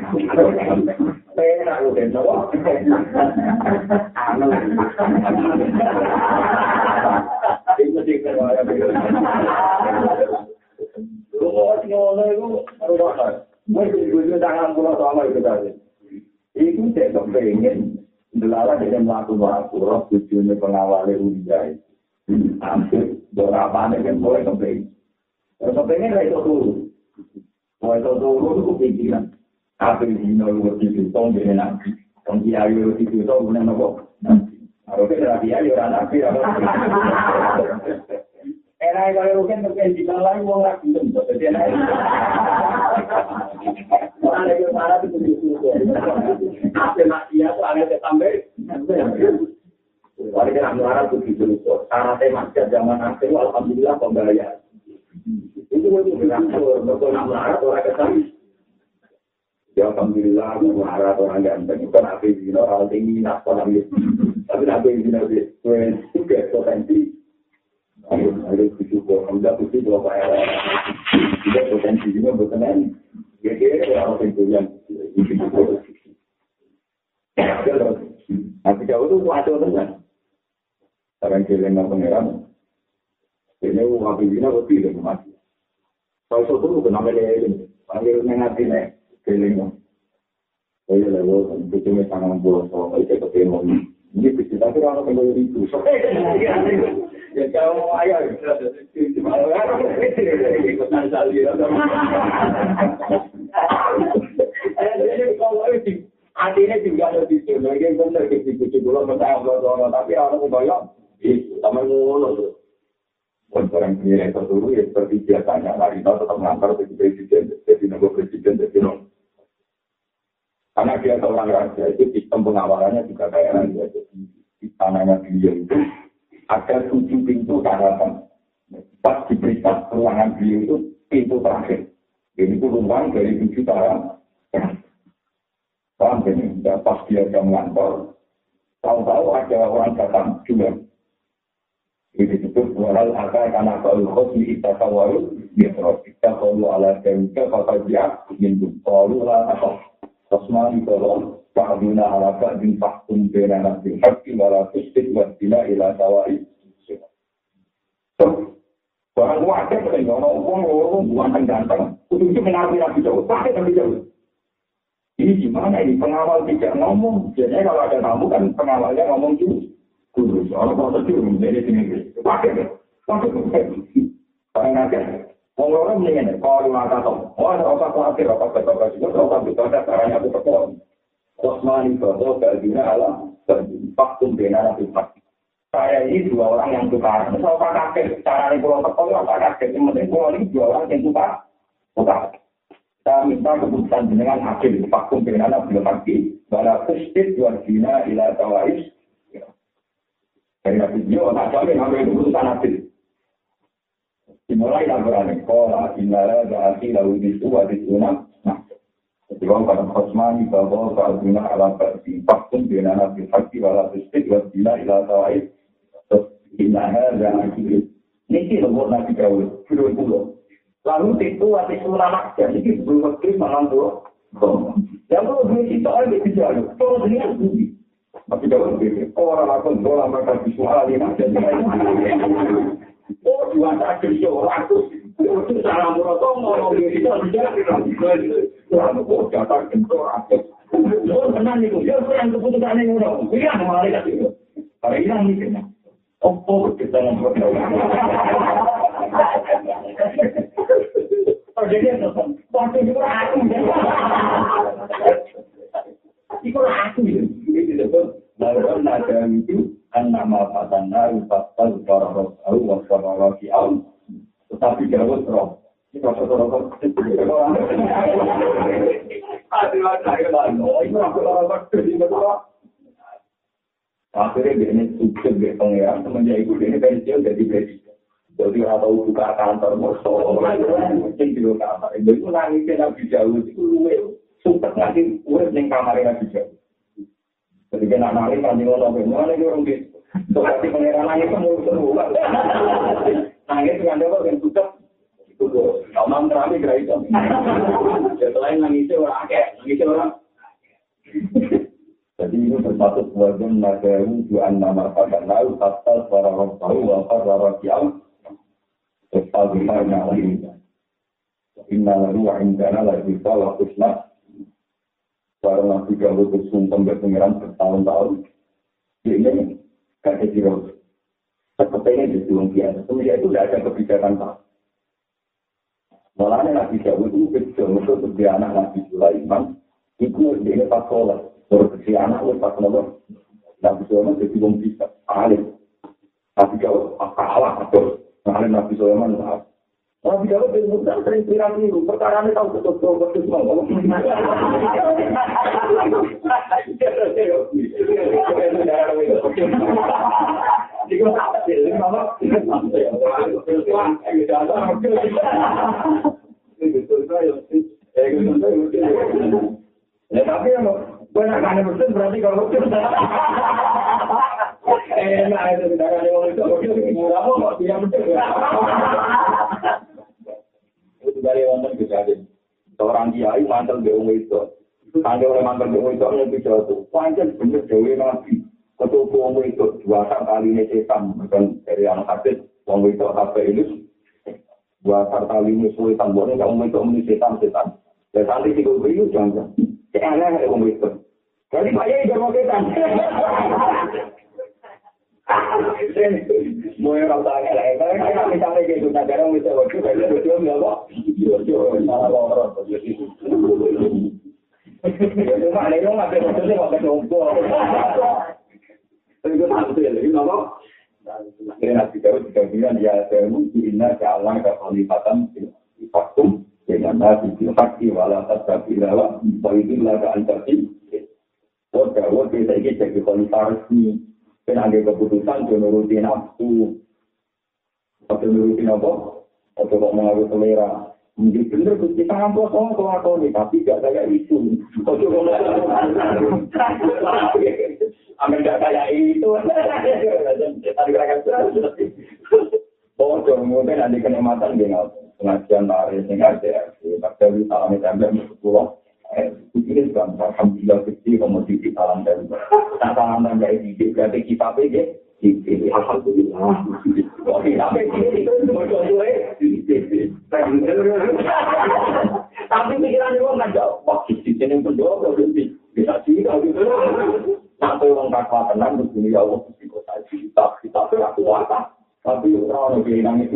Enak loh, dan Nawa. Itu sih kerja. Lu mau ngono itu, harus apa? Mesti gue tangan pulau sama itu tadi. Itu saya kepengen. Delala dengan melakukan roh tujuannya pengawalnya Ujai. Hampir berapa kan boleh kembali. Kalau kepengen itu dulu. Kalau itu dulu itu kepikiran. Apa yang dino lu itu tong dengan nabi. Tong kiai lu itu tong dengan apa? Kalau kita kiai orang nabi apa? Era kalau rugen mungkin di dalam lain mau lagi tentu. Jadi enak. Ada yang marah itu begitu. Apa maksiat itu ada tambah. Kalau kita marah itu begitu. Cara maksiat zaman akhir alhamdulillah pembayaran. Itu itu bilang kalau nak marah orang kesal. Ya alhamdulillah marah orang ganteng. Bukan apa ini orang tinggi nak orang ini. Tapi apa ini nanti juga potensi. Ayo, ayo bersyukur. Alhamdulillah bersyukur Pak Ella. Tidak potensi juga berkenan. Kira-kira orang yang bersyukur. Tapi jauh itu wajar dengan. Sekarang kelengah pengeran. Ini wabibina lebih dari mati. Kalau itu kenapa dia ini? Panggil mengatin eh. Kelengah. Saya lewat. Itu cuma tangan bolos. Kalau itu ketemu. Ini bisa. Tapi orang kembali itu. Ya kalau ayah ikutan salira kalau itu artinya juga lebih sulit yang benar gitu belum betul tapi orang banyak itu sama ngono tuh orang kira itu dulu ya seperti biasanya hari itu tetap ngantar jadi presiden jadi nomor presiden jadi nomor karena dia seorang raja itu sistem pengawalannya juga kayak raja jadi istananya beliau itu ada tujuh pintu daratan. Pas diberikan ruangan beliau itu pintu terakhir. Ini itu ruang dari tujuh daratan. Paham ini? Dan pas dia jam ngantor, tahu-tahu ada orang datang juga. Ini disebut walau ada karena kalau khosmi kita kawaru, dia terus kita kalau ala jauhnya kata dia minum kalau lah atau khosmani kalau Fa'aduna ala ba'din fahkum benanak bilhaqi wala tustik wasdina ila sawai. So, orang wajah kan orang-orang bukan ganteng. Untuk itu mengaku Nabi jauh, pakai Nabi jauh. Ini gimana ini? Pengawal tidak ngomong. Biasanya kalau ada tamu kan pengawalnya ngomong dulu. Dulu, orang mau dulu, jadi sini. Pakai, pakai. Pakai Nabi. Orang-orang mendingan, kalau ada tamu. Oh, ada apa khawatir, apa betul-betul juga. Kalau betul-betul caranya aku perform. Osmani Bato Galdina alam faktum benar nabi fakti. Saya ini dua orang yang tukar. Kalau Pak Kakek, cara ini pulau Tekol, Pak Kakek, yang penting pulau ini dua orang yang tukar. Tukar. Saya minta keputusan dengan hakim faktum benar nabi fakti. Bala kustit Galdina ila tawais. Dari nabi Dio, tak jamin ambil keputusan hakim. Dimulai laporan sekolah, inara, berarti lalu itu, ada sunat. Nah, ketika pada khosmani bahwa ba'aduna ala ba'di faktun binana bihaqi wala tustik wa bila ila tawaid terus inara, berarti ini lembut Nabi Dawud, Firul Pulau. Lalu itu waktu ulama, jadi sebelum waktu malam tua. Yang perlu berisi soal itu bicara, kalau dengan budi. Tapi Dawud berkata, orang akan bola mereka visualin aja. Oh, dua tak kerja orang tu. Itu salah murah ngomong diri kita bicara. Lalu kok jatah kentor aja. Oh, benar itu. Dia yang keputusan ini udah. Dia malaikat itu. Kalau hilang ini kena. Oh, kita ngomong. Oh, jadi itu. Waktu itu aku. Itu aku. Itu betul. Lalu ada itu. An-nama fatana ufasal bararot au waswararati au. Tetapi Dawud roh. Ini proses-proses itu. Adilah saya lalu. Itu aku orang berdiri betul. Akhirnya dia ini sukses di pengeran. Semenjak itu dia ini pensiun jadi presiden. Jadi orang tahu buka kantor musuh. Mungkin di kantor. Itu nangisnya Nabi Dawud. Itu luwe. Sukses nanti urut di kamarnya Nabi Dawud. Ketika nak nangis kan di mana mana ni orang gitu. Tapi pengeran nangis semua semua. Nangis dengan apa yang tutup itu loh. Omam terakhir kira itu. Selain nangisnya orang akeh, nangisnya orang. Jadi itu bersatu sebagian nagaru juan nama pada lalu pasal para orang tahu apa orang kiam. Pasal lima yang lain. Inna lalu wa indana lagi salah kusna. Para Nabi Dawud bersumpah berpengeran bertahun-tahun. Ini kan jadi roh. Sepertinya di dunia biasa. Sebenarnya itu tidak ada kebijakan tak. Malahnya Nabi Dawud itu kecil. Untuk dia anak Nabi Sulaiman. Itu dia pas sholat. Terus dia anak itu pas sholat. Nabi Sulaiman jadi belum bisa. Alim. Nabi Dawud kalah. Alim Nabi Sulaiman kalah. Nabi Dawud bin Musa sering pirang itu, perkara ini tahu betul-betul betul semua. Jika apa sih, ini apa? Ya tapi yang banyak kan betul berarti kalau betul. Eh, nah itu kita kan yang itu betul murah kok dia betul. Itu dari wonten kejadian. Seorang kiai mantel deung itu. Kangge oleh mantel deung itu yang bisa itu. Pancen bener dewe nabi. Ketua wong itu dua kali ini setan bukan dari anak hadis wong itu apa ini. Dua kali ini setan boleh wong itu ini setan setan. Dan nanti itu beriu jangan. Jangan ada wong itu. Jadi bayar itu setan. Mau orang tanya lah, kalau misalnya gitu, negara bisa waktu kalau itu nggak kok, itu malah lorot. Itu mana yang nggak bisa itu nggak bisa ngumpul. Itu satu ya, itu nggak kok. Akhirnya Nabi Dawud juga bilang ya mungkin Allah kekalifatan faktum dengan Nabi Fakti wala tapi lewat itu laga antasi. Oh Dawud kita ini jadi khalifah resmi. Kan ada keputusan untuk nurutin nafsu atau nurutin apa? Atau kok mengaku selera. Mungkin benar kita ngampus orang tua kau ni, tapi tak kayak itu. Atau kalau ambil tak kayak itu, tadi katakan seperti. Oh, kemudian ada kenikmatan dengan pengajian lari dengan ada, tapi alami sampai sepuluh. Ini kan alhamdulillah kecil komoditi alam dan tak alam dan dari hidup berarti kita pergi ini alhamdulillah oke tapi itu tapi pikiran orang nggak jauh waktu di sini pun jauh berhenti bisa juga gitu sampai orang takwa tenang di dunia Allah di kota kita kita berlaku kuasa tapi orang yang bilang itu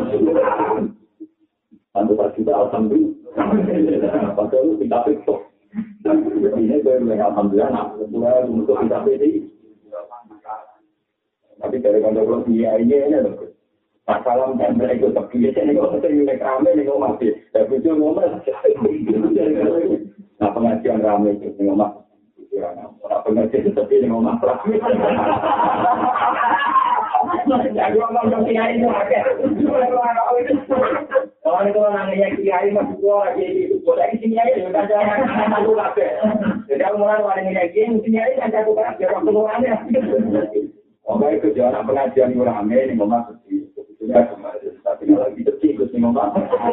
Tentu saja alhamdulillah. Padahal kita pikir. Ini saya alhamdulillah nak semua untuk kita pilih. Tapi dari kantor dia ini ada. Tak salam dan mereka terpilih ini kok saya yang ramai ini kok masih. Tapi itu ngomong. Nah pengajian ramai itu ngomong. Orang pengajian seperti ini ngomong. Jadi ngomong yang kiai itu agak. Kalau itu namanya kiai masih tua lagi itu boleh di sini aja udah jangan malu kafe. Jadi aku mulai warnanya kiai di sini aja kan satu kan biar waktu luangnya. Oke itu jangan pengajian rame ini mama sedih. Sudah kemarin tapi kalau gitu tikus nih mama.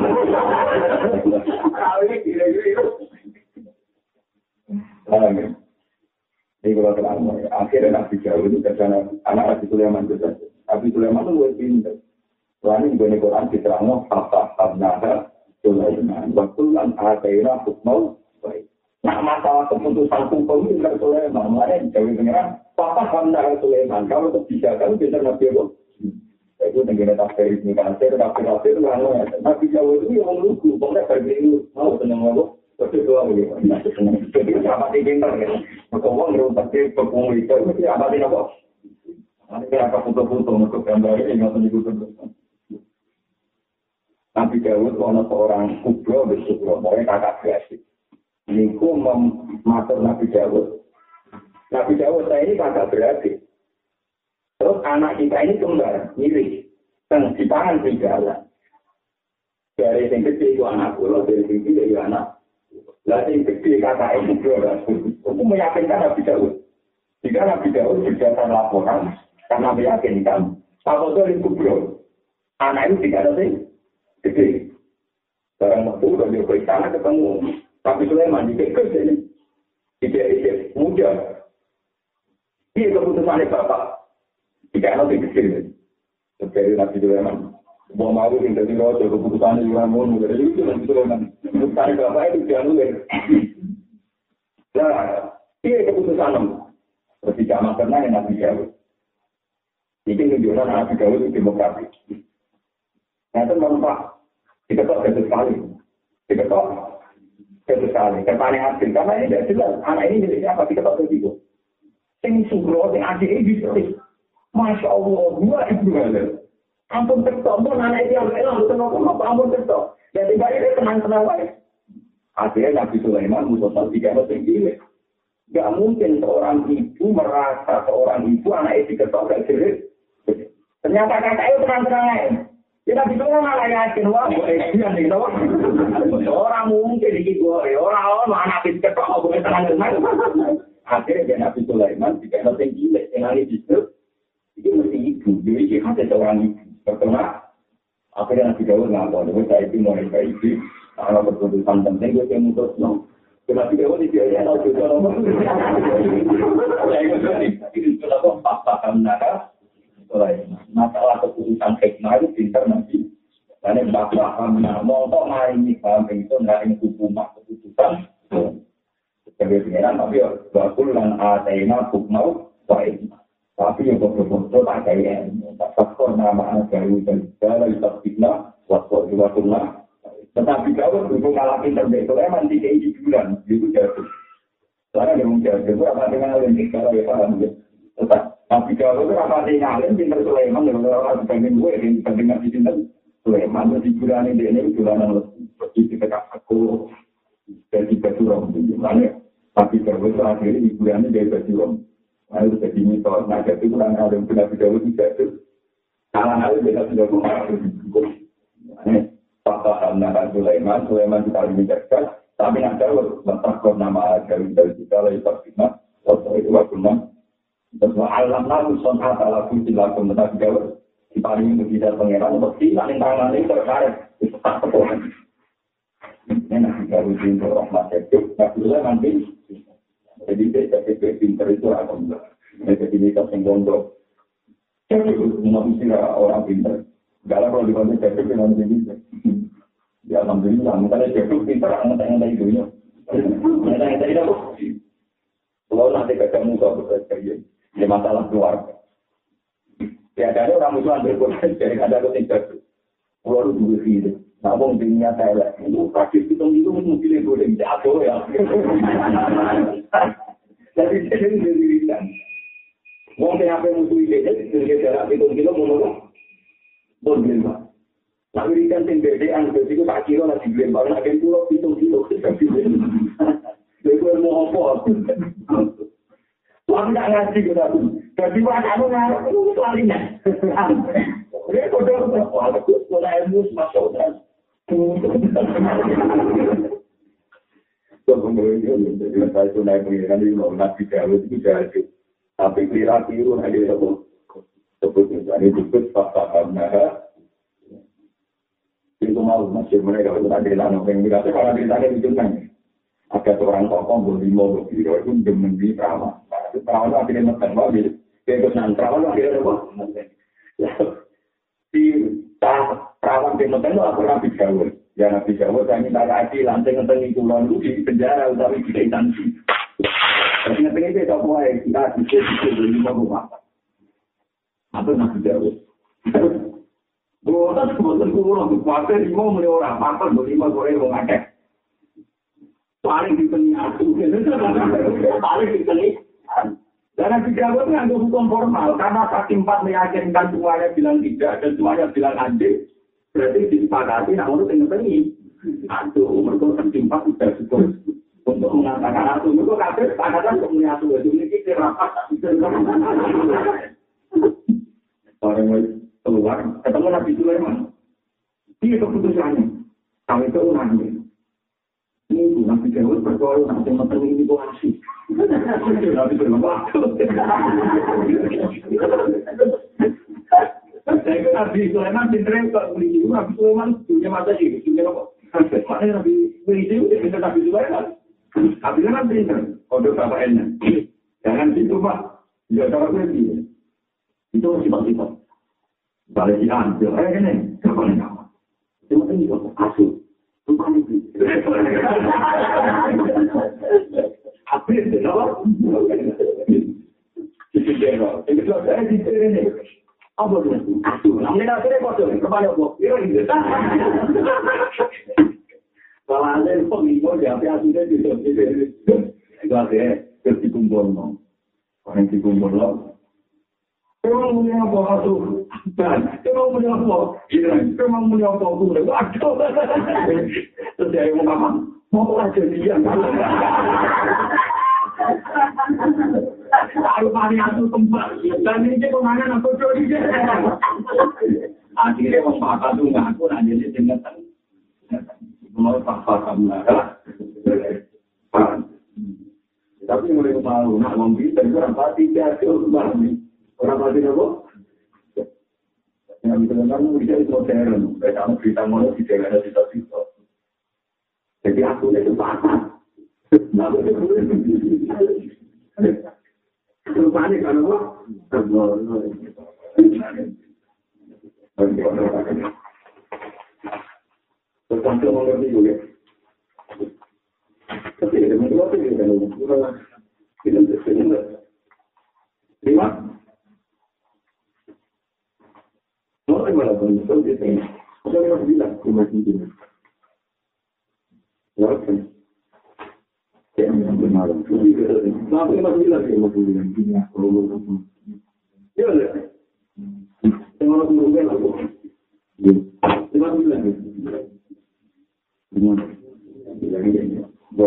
Kalau ini gila-gila. Amin. Ini kalau terang, akhirnya Nabi Jauh itu karena anak Nabi Sulaiman itu saja. Nabi Sulaiman itu lebih pintar. Soalnya di Quran diterangkan apa abnah Sulaiman. Waktu lan akhirnya hukmau baik. Nah masalah keputusan hukum itu dari Sulaiman. Makanya Jauh pengiran papa abnah Sulaiman. Kalau itu bisa, kalau bisa Nabi Jauh. Itu negara tafsir ini kan. Saya tafsir tafsir itu kan. Nabi Jauh itu yang lugu. Pokoknya bagi itu mau senang mau. Betul doa begitu. Jadi apa sih pintar kan? Berkembang di rumah sih berkumpul itu. Jadi apa sih apa? Nanti akan foto-foto untuk gambar ini nggak menyebut terus. Nabi Dawud ada seorang kubro besukro, mereka kakak kreatif. Niku mematur Nabi Dawud. Nabi Dawud saya ini kakak beradik. Terus anak kita ini kembar, mirip. Dan di tangan serigala. Dari yang kecil itu anak pulau, dari yang kecil itu anak. Lalu yang gede kata itu berapa? Aku meyakinkan Nabi Daud. Jika Nabi Daud berdasarkan laporan, karena meyakinkan, apa itu itu bro? Anak itu tidak ada sih, gede. Barang waktu udah dia ke sana ketemu, tapi Sulaiman di Bekes ini, tidak muda. Ini keputusannya bapak. Jika ada yang gede, seperti Nabi Sulaiman. Mau malu tinggal di roda keputusan di Lamun, jadi itu Nabi Sulaiman. Keputusan bapak itu dia nulis. Nah, ini keputusan om. Seperti zaman pernah yang Nabi Dawud. Ini menunjukkan Nabi Dawud itu demokratis. Nah, itu nampak. Diketok satu sekali. Diketok satu sekali. Kepanen hasil. Karena ini tidak jelas. Anak ini milik siapa? Diketok begitu. Yang sugro, yang adik ini bisa. Masya Allah, dua ibu ada. Ampun kertok, pun anak itu yang elang, tenang-tenang, ampun kertok. Jadi baik dia tenang-tenang baik. Akhirnya Nabi Sulaiman musuh tiga mesin gila. Gak mungkin seorang ibu merasa seorang ibu anak itu kertok dan jerit. Ternyata kakak itu tenang-tenang lain. Ya Nabi Sulaiman malah yakin, wah boleh dia nih, orang mungkin di gue, orang-orang anak itu kertok, boleh tenang-tenang. Akhirnya dia Nabi Sulaiman tiga mesin gila, yang ini justru. Itu mesti ibu, jadi ada seorang ibu. Pertama, akhirnya Nabi Dawud ngapa? Jadi saya itu mulai kayak itu, karena keputusan penting gue yang mutus no. Nabi Dawud itu ya tahu juga nomor. Saya itu itu kenapa paham nakal? Masalah keputusan hikmah itu pintar nanti. Karena paham nah, mau kok main ini paham itu nggak yang hukum keputusan. Sebagai pengiran tapi ya bakul dan atena hukmau baik. Tapi yang betul-betul tak kayak faktor nama agawi dan segala itu fitnah, waktu juga sunnah. Tetapi kalau berhubung ngalamin terbaik, Sulaiman di K I bulan, itu jatuh. Soalnya yang jatuh itu apa dengan ngalim, kalau ya paham ya. Tapi kalau itu apa dengan ngalim, pintar Sulaiman, dan orang dibanding gue, yang dibanding Nabi Sinten, Sulaiman, di bulan ini, ini bulan yang lebih dekat aku, dari baju rom. Tapi kalau itu akhirnya di bulan ini dari baju rom. Nah, itu jadi mitos. Nah, jadi kurang ada yang benar tidak tidak itu. Salah hal itu tidak tidak Ini Bapak Nabi Sulaiman, Sulaiman kita paling cerdas. Tapi nak jauh letakkan nama dari dari kita lagi terkena. Waktu itu waktu mana? Terus alam lalu sonat ala kunci lakum tetapi jauh di paling mujizat pangeran untuk tidak tangan ini terkaret itu tak terpohon. Ini nanti kalau jumpa rahmat itu, Nabi Sulaiman nanti. Jadi saya jadi pintar itu akan jadi mitos yang gondok. Jadi manusia orang pintar. Kalau kalau dibantu jadi pintar pintar. Ya alhamdulillah. Misalnya jadi pintar, nggak itu ya. Nggak itu apa? Kalau nanti ketemu kau bekerja, ya masalah keluarga. Ya ada orang musuhan berkorban dari ada ketiga. Kalau dulu sih. Namun dunia saya itu praktis itu itu mungkin boleh jatuh ya. Jadi jadi dirikan. Mungkin apa yang musuh itu jadi jarak itu kilo menurut boleh lah. Tapi dirikan tembedean begitu tak kilo nasi beli baru nak pulau itu kilo. Jadi mau apa? Aku tak ngaji gitu aku. Jadi anak ngarep itu lalinya. Dia kodok aku sekolah ilmu masuk dan. Kemudian jadi saya itu naik pengiran di luar nabi jauh itu jauh. Tapi kira biru ada apa? Sebut misalnya disebut fakta karena itu mau masih mereka itu tadi lama pengiran. Kalau ditanya itu kan ada seorang tokoh berlima berbiru itu demen di perawan. Itu perawan akhirnya makan mobil. Kebetulan perawan akhirnya apa? Di perawan di makan itu aku nabi jauh. Ya nabi jauh saya minta lagi lantai ngeteng itu lalu di penjara utawi di instansi. Tapi ngeteng itu tak boleh kita bisa bisa berlima rumah. Atau nabi jauh. Bukan bukan kurang kuasa lima mulai orang apa berlima goreng orang akeh. Paling dipeni aku, paling dipeni. Dan nabi jauh itu nggak hukum formal karena saking empat meyakinkan semuanya bilang tidak dan semuanya bilang anjing. Berarti disepakati, nak urut yang ngeteni. Aduh, mereka tertimpa sudah cukup untuk mengatakan atuh. Mereka kabeh sepakatan untuk menyatu. Jadi ini kita rapat. Orang yang keluar, ketemu Nabi Sulaiman. Ini keputusannya. Kami itu orangnya. Ini itu, Nabi Sulaiman berdoa, nanti ngeteni ini itu asik. Nabi Sulaiman, waktu. Saya itu Nabi Sulaiman cintanya kalau beli itu Nabi Sulaiman punya mata sih, punya apa? Makanya Nabi beli itu dia cinta Nabi Sulaiman. Nabi Sulaiman cinta, kode apa enak? Jangan situ Pak, dia cara beli. Itu sifat-sifat. Balik si Anjir, eh ini siapa yang nama? Cuma ini kok asuh, bukan itu. Apa itu? Apa? Itu dia. Itu saya di sini. Apa itu? Aduh, namanya akhirnya kocok, kepala kok. Kalau ada yang pengikut, ya akhirnya bisa. Itu akhirnya dikumpul. Orang dikumpul loh. Memang punya apa asuh? Memang punya apa? Memang punya apa? Waduh. Terus dia yang ngomong, mau aja dia. Taruh paling asuh tempat. Dan ini dia pemangan apa curi dia. Akhirnya masyarakat itu ngaku nanti ini dengan mau paksa kamu ada. Tapi mulai kemalu, nak ngomong dan orang pati dia itu kemalu. Orang pati apa? Yang bisa memang bisa itu modern. Mereka mau cerita mau di daerah cerita-cerita. Jadi aku itu paksa. Nah, itu boleh. Itu panik kan apa? Terus sampai mengerti juga. Tapi ada masalah itu kan. Tidak bisa. Lima. Mau gimana pun itu ini. Saya harus bilang cuma ini. Lalu yang benar. Tapi masih bilang dia masih bilang dia kalau mau. Ya udah. Tengok dulu kan aku. Terima kasih. Gimana? Bilangnya.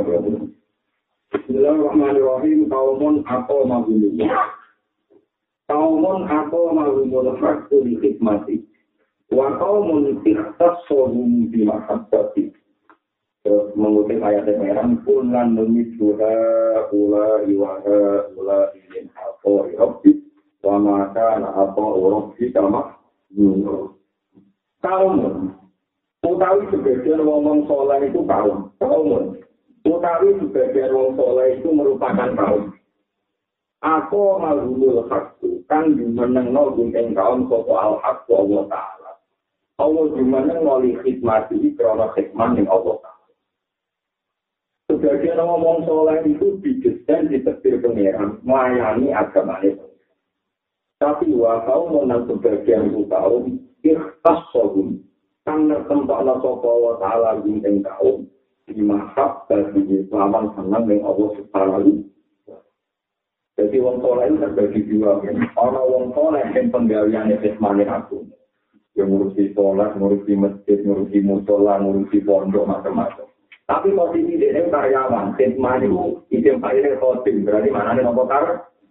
Bismillahirrahmanirrahim. Kaumun atau mazlum. Kaumun atau mazlumul haqq li khidmati. Wa kaumun ikhtasahum bi mahabbati. Terus mengutip ayat yang merah, kulan memiduha ula iwaha ula ingin atau irobbi wa maka na atau irobbi kama yunro. Kaumun utawi sebagian wong soleh itu kaum. Kaumun utawi sebagian wong soleh itu merupakan kaum. Aku malhumul hakku kan jumenengno gumeng kaum sopo al-hakku Allah Ta'ala. Allah jumenengno li khidmati ikrona khidman yang Allah Ta'ala. Sebagian ngomong soleh itu didesain di tepi pengeran, melayani agamanya. Tapi wakau menang sebagian itu kaum, ikhtas sohum, karena tempatlah sopa wa ta'ala bintang kaum, dimahab bagi selamat senang dengan Allah subhanahu. Jadi wong soleh itu terbagi dua, orang wong soleh yang penggawiannya khidmani aku. Yang ngurusi sholat, ngurusi masjid, ngurusi musola, ngurusi pondok, macam-macam. Tapi posisi dia karyawan, khidmat itu izin pakai khotim, berarti mana nih nomor kar?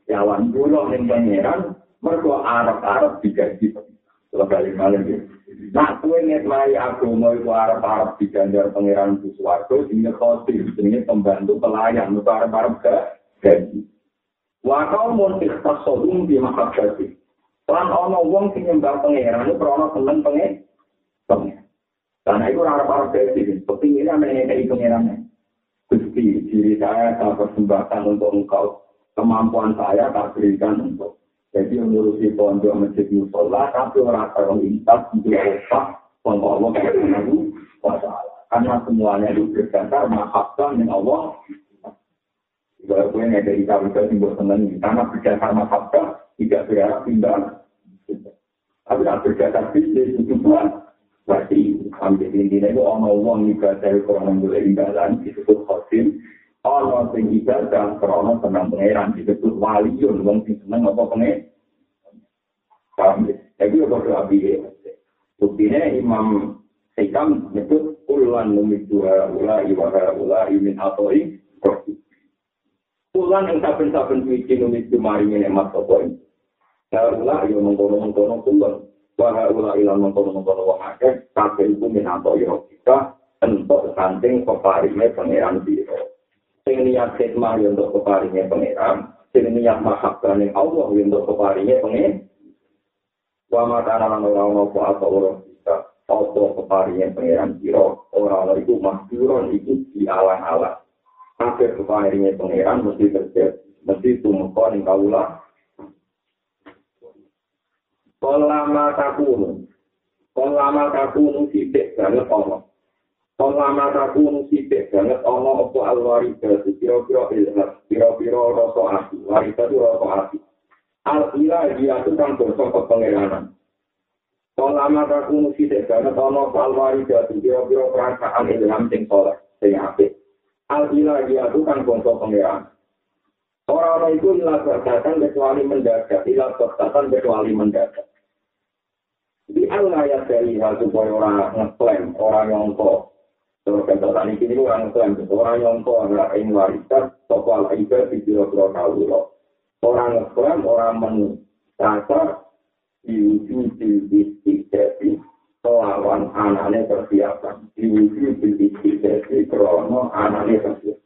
Jalan pulau yang pangeran, mereka Arab-Arab digaji. Kalau balik malam ya. Nah, kue ngetlai agama itu Arab-Arab diganjar pangeran Buswardo, ini khotim, ini pembantu pelayan, itu Arab-Arab gaji. Wakau montik tasodung di mahabbati. Lan ono wong sing nyembah pangeran itu krono seneng pengen. Pengen. Karena itu Arab-Arab gaji, seperti ini namanya kayak pangerannya. Gusti, diri saya tak persembahkan untuk engkau. Kemampuan saya tak berikan untuk. Jadi mengurusi pondok masjid musola, tapi orang orang lintas untuk apa? Pondok Allah Subhanahu wa Ta'ala. Karena semuanya itu berdasar mahabbah dengan Allah. Jika gue nggak dari tahu itu simbol senang, karena berdasar mahabbah tidak berharap pindah. Tapi tak berdasar bisnis itu buat. Berarti ambil intinya itu orang orang ibadah kurang boleh imbalan disebut khotim. Orang sing ibadah karena senang pangeran disebut waliun, wong sing seneng apa pangeran. Paham? Jadi apa api? Buktinya Imam Hikam menyebut ulan numidua ulai wara ulai min atoi. Ulan yang saben-saben suci numidu maringi emas sopoi. Ulai yang mengkono-mengkono ulan. Wara ulai yang mengkono-mengkono wong akeh kabeh iku min atoi kita entuk saking peparinge pangeran sira. Sing niat khidmah untuk peparingnya pangeran, sing niat mahabbah ning Allah untuk peparingnya pangeran. Wa matana lan ora ono apa apa ora bisa apa peparingnya pangeran sira, ora ana iku mahduron iku dialang-alang. Kabeh peparingnya pangeran mesti terjadi, mesti tumeka ning kawula. Kolama takunu. Kolama takunu sithik banget ono. Lama aku nusibek banget ono opo al-warida piro-piro ilham, piro-piro rasa hati, warida itu rasa hati. Al-ila dia itu kan bersama kepengiranan. Lama aku nusibek banget ono opo al-warida piro-piro perasaan ilham sing soleh, sing apik. Al-ila dia itu kan bersama pengiranan. Orang-orang itu ilah berdasarkan kecuali mendadak, ilah berdasarkan kecuali mendadak. Di Allah ya dari hal supaya orang ngeklaim, orang nyongkok. Terus kata ini orang klaim orang yang kau adalah yang warisan, toko ala ibadah di biro-biro kaulo. Orang klaim orang menasar diwujud di istiqati melawan anaknya persiapan. Diwujud di istiqati krono anaknya persiapan.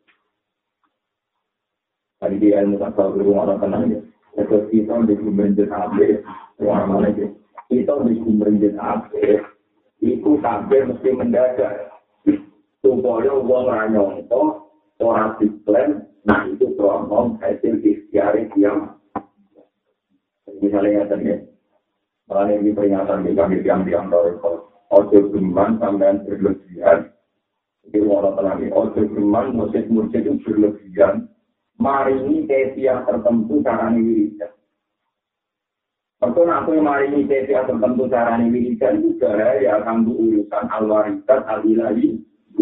Tadi dia ilmu tasawuf orang tenang ya. Terus kita di kumbenjen abe, orang mana ya? Kita di kumbenjen abe, itu sampai mesti mendadak. Supaya uang ranyongko, orang diklaim, nah itu promom hasil ikhtiari yang misalnya tadi, malah ini peringatan di kami yang diambil ojo geman sampai berlebihan. Jadi orang tenang, ojo geman musik-musik itu berlebihan, mari ini kesia tertentu caranya wiridan. Betul aku yang mari ini kesia tertentu caranya wiridan juga ya akan urusan al-waridat al-ilahi.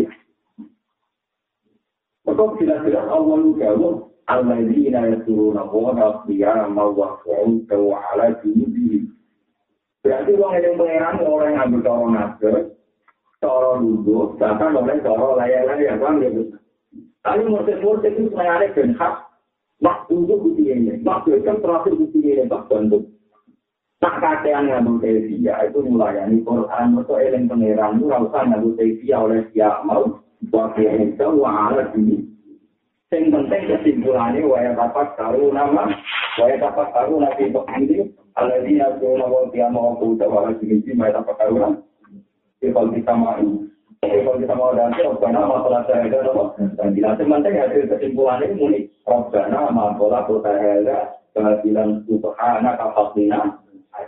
Betul jelas-jelas Allah juga alladzina yasuruna wa qiyama wa qu'udan wa 'ala junubihim. Berarti wong yang pengeran orang yang ambil cara naga, cara duduk, bahkan oleh cara layar-layar kan gitu. Tapi murid-murid itu sebenarnya ben hak waktu untuk buktinya, waktu kan terakhir buktinya tak bentuk. Tak kakean ngambil tevia itu melayani Quran atau eling pengeran itu ora usah ngambil tevia oleh siapa mau. Wakil itu wa'ala ini. Yang penting kesimpulannya waya dapat taruh nama, waya dapat taruh nabi ini. Aladina suruh nama tiama waktu utawala jenis waya dapat taruh nama. Kalau kita mau, kalau kita mau dan Robbana masalah saya ada dan bila penting hasil kesimpulannya ini Robbana masalah saya kehadiran subhana kafatina.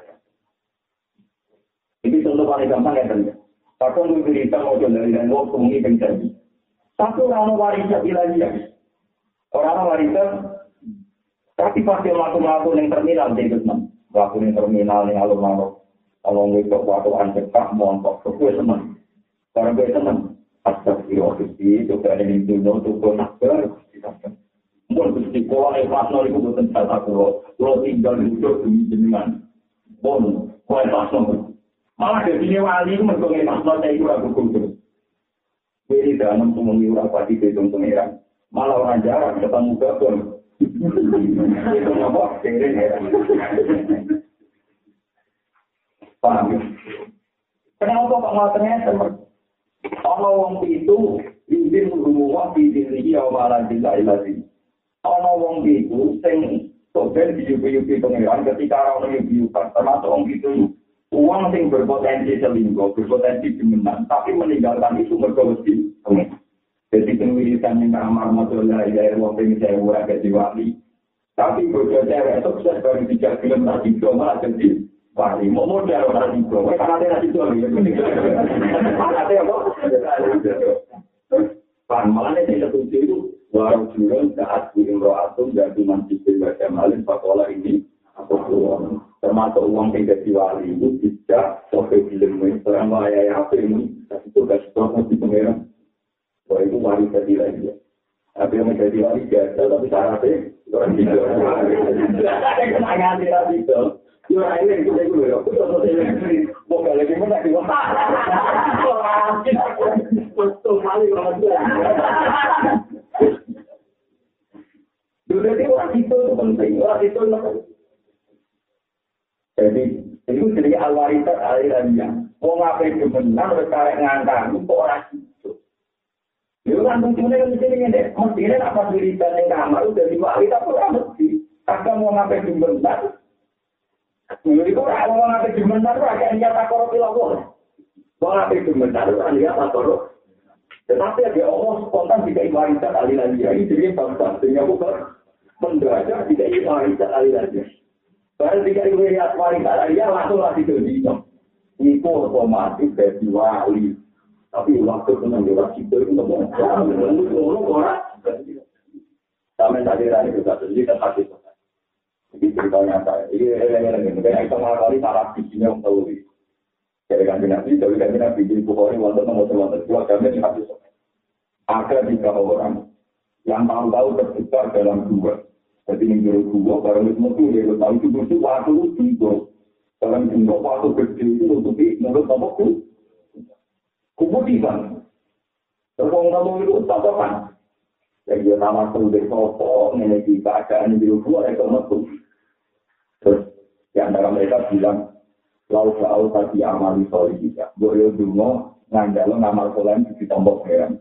Ini contoh paling gampang ya teman. Pakon memberikan modal dari dan waktu ini menjadi satu orang warisan ilahi. Orang warisan, tapi pasti melakukan yang terminal di Vietnam. Melakukan yang terminal yang alun-alun. Kalau ngikut waktu anjekah, montok, gue senang. Karena gue senang. Astagfirullahaladzim, juga ada yang dunia, juga nakbar. Mungkin di sekolah yang pasno itu bukan kata kulo. Kulo tinggal hidup demi jenengan. Bon, kulo pasno. Malah dari sini wali itu mengenai masalah saya itu ragu kultur. Jadi dalam umumnya orang pasti hitung pengeran. Malah orang jarang ketemu gabung. Itu ngomong sendiri ya. Paham ya? Kenapa kok nggak ternyata? Kalau wong itu izin rumah di diri ya malah tidak ilasi. Kalau wong itu sing soben diupi-upi pengiran ketika orang diupi-upan, termasuk wong itu uang sing berpotensi selingkuh, berpotensi dimenang, tapi meninggalkan itu mergawesi. Jadi penwiritan yang kamar motor dari daerah wong sing saya murah ke diwali. Tapi bodoh cewek sukses baru tiga film lagi malah jadi wali. Mau modal orang itu, karena dia nanti tuh ada apa? Pan malah ini setuju itu walau jual saat diimro atum dan cuma sipil baca malin pakola ini atau uang termasuk uang yang jadi wali itu tidak sampai film ini selama ya apa ini itu kasih tahu di pengeran bahwa itu wali jadi lagi ya. Tapi yang menjadi wali biasa tapi syaratnya orang tidak ada kenangan tidak itu. Yo ini itu saya dulu. Aku tahu saya ini mau lagi mana di mana. Betul kali orang tua. Dulu itu orang itu penting, orang itu jadi itu jadi al-waritat alirannya. Mau ngapain kebenar berkarya ngangkang itu orang itu. Itu kan fungsinya kan di sini deh. Mestinya apa wiritan yang kamar udah di waritat orang mesti. Kadang mau ngapain kebenar. Jadi kok orang orang apa dimenang agak niat takor pilawon. Orang apa dimenang orang niat takor. Tetapi ada Allah spontan jika warisan aliran dia ini jadi bangsa sehingga bukan mendadak jika warisan aliran dia. Baru jika warisan warisan dia langsung lagi ke dino. Itu otomatis jadi wali. Tapi waktu senang dia itu itu ngomong ngomong orang. Sama tadi tadi juga jadi tempat itu. Ini ceritanya saya. Ini ini ini. Mungkin kita mengakali taraf bijinya yang tahu ini. Jadi kan nabi, jadi kan nabi di Bukhari wonten nomor wonten dua kami hadis. Ada tiga orang yang tahu-tahu tersebar dalam gua. Jadi yang dua barang itu mesti dia tahu itu itu waktu itu. Dalam jumlah waktu kecil itu untuk di menurut tahu kemudian. Terus orang itu tahu yang dia nama sudah sosok memiliki keadaan di luar itu masuk. Terus yang dalam mereka bilang, lau lau tadi amal histori kita. Boleh dungo ngandalo ngamal solan di tombok heran.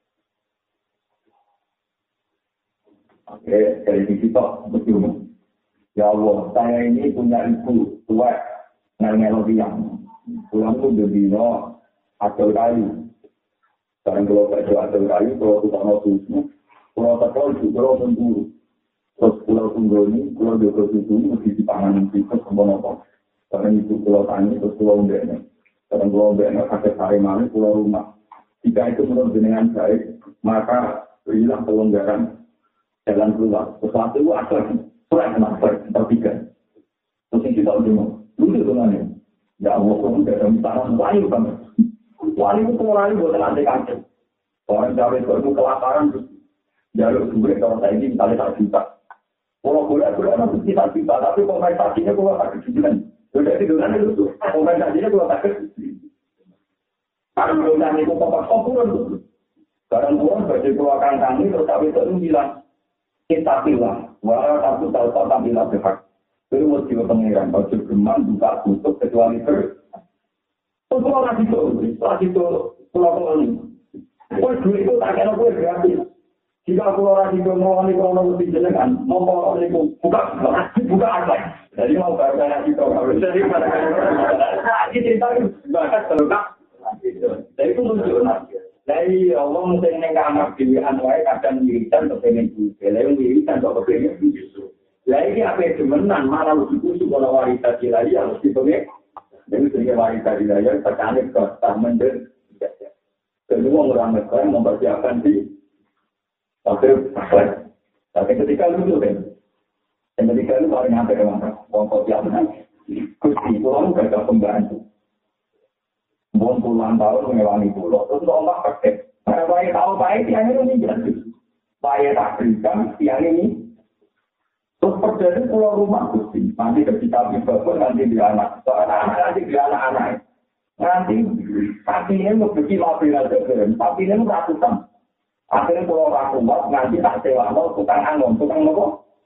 Oke, dari sisi toh betul. Ya Allah, saya ini punya ibu tua ngel-ngelo tiang. Pulang tuh berdino acol kayu. Sekarang kalau kerja acol kayu, kalau tukang susu. Pulau Tekol juga pulau Tunggu, terus pulau Tunggu ini pulau Joko Susu ini mesti dipangan itu semua nopo. Karena itu pulau Tani terus pulau Mbene. Sekarang pulau Mbene pakai sari manis pulau Rumah. Jika itu menurut dengan baik, maka berilah pelonggaran jalan keluar. Sesuatu itu asal, surat kenapa tertiga. Terus kita udah dulu dengan ya Allah kamu dalam tanah wali banget. Wali itu orang buat nanti kancing. Orang cawe itu kelaparan terus. Jalur duit kalau saya ini misalnya tak juta. Kalau boleh-boleh kan kita juta, tapi kompensasinya kalau tak kejujuran. Sudah tidurnya itu, kompensasinya kalau tak kejujuran. Karena kejujuran itu kompak kompuran itu. Sekarang turun bagi keluarkan kami, terus tapi itu bilang, kita bilang, walau aku tahu tak bilang berhak. Itu mesti pengiran, baju geman, buka tutup, kecuali ber. Terus orang itu, setelah itu, pulau-pulau ini. Oh, duit itu tak kena gue gratis. Jika keluar di bawah ini kalau lebih jenengan, mau kalau ini buka buka apa? Jadi mau barang kita harus jadi pada kita cerita bahkan terluka. Jadi itu menunjukkan dari Allah mesti nengamak pilihan wae kadang wiridan atau pengen juga, lain wiridan atau pengen juga. Lagi apa yang semenan malah lebih khusus kalau wanita dilai harus dipegang. Jadi sehingga wanita dilai terkait ke taman dan kedua orang mereka mempersiapkan di Tapi, tapi ketika lu tuh kan, dan ketika lu paling nyampe ke mana, orang kau siapa nanti, kusti pulau gagal pembantu, bon puluhan tahun mengewangi pulau, terus ombak pakai, karena bayi tahu bayi tiang ini jadi, bayi tak berikan tiang ini, terus terjadi pulau rumah kusti, nanti ketika bisa pun nanti di anak, soalnya anak nanti di anak-anak, nanti kakinya memberi mobil aja keren, tapi ini ratusan. Akhirnya kalau orang kuat nanti tak sewa, tukang anggon, tukang nopo,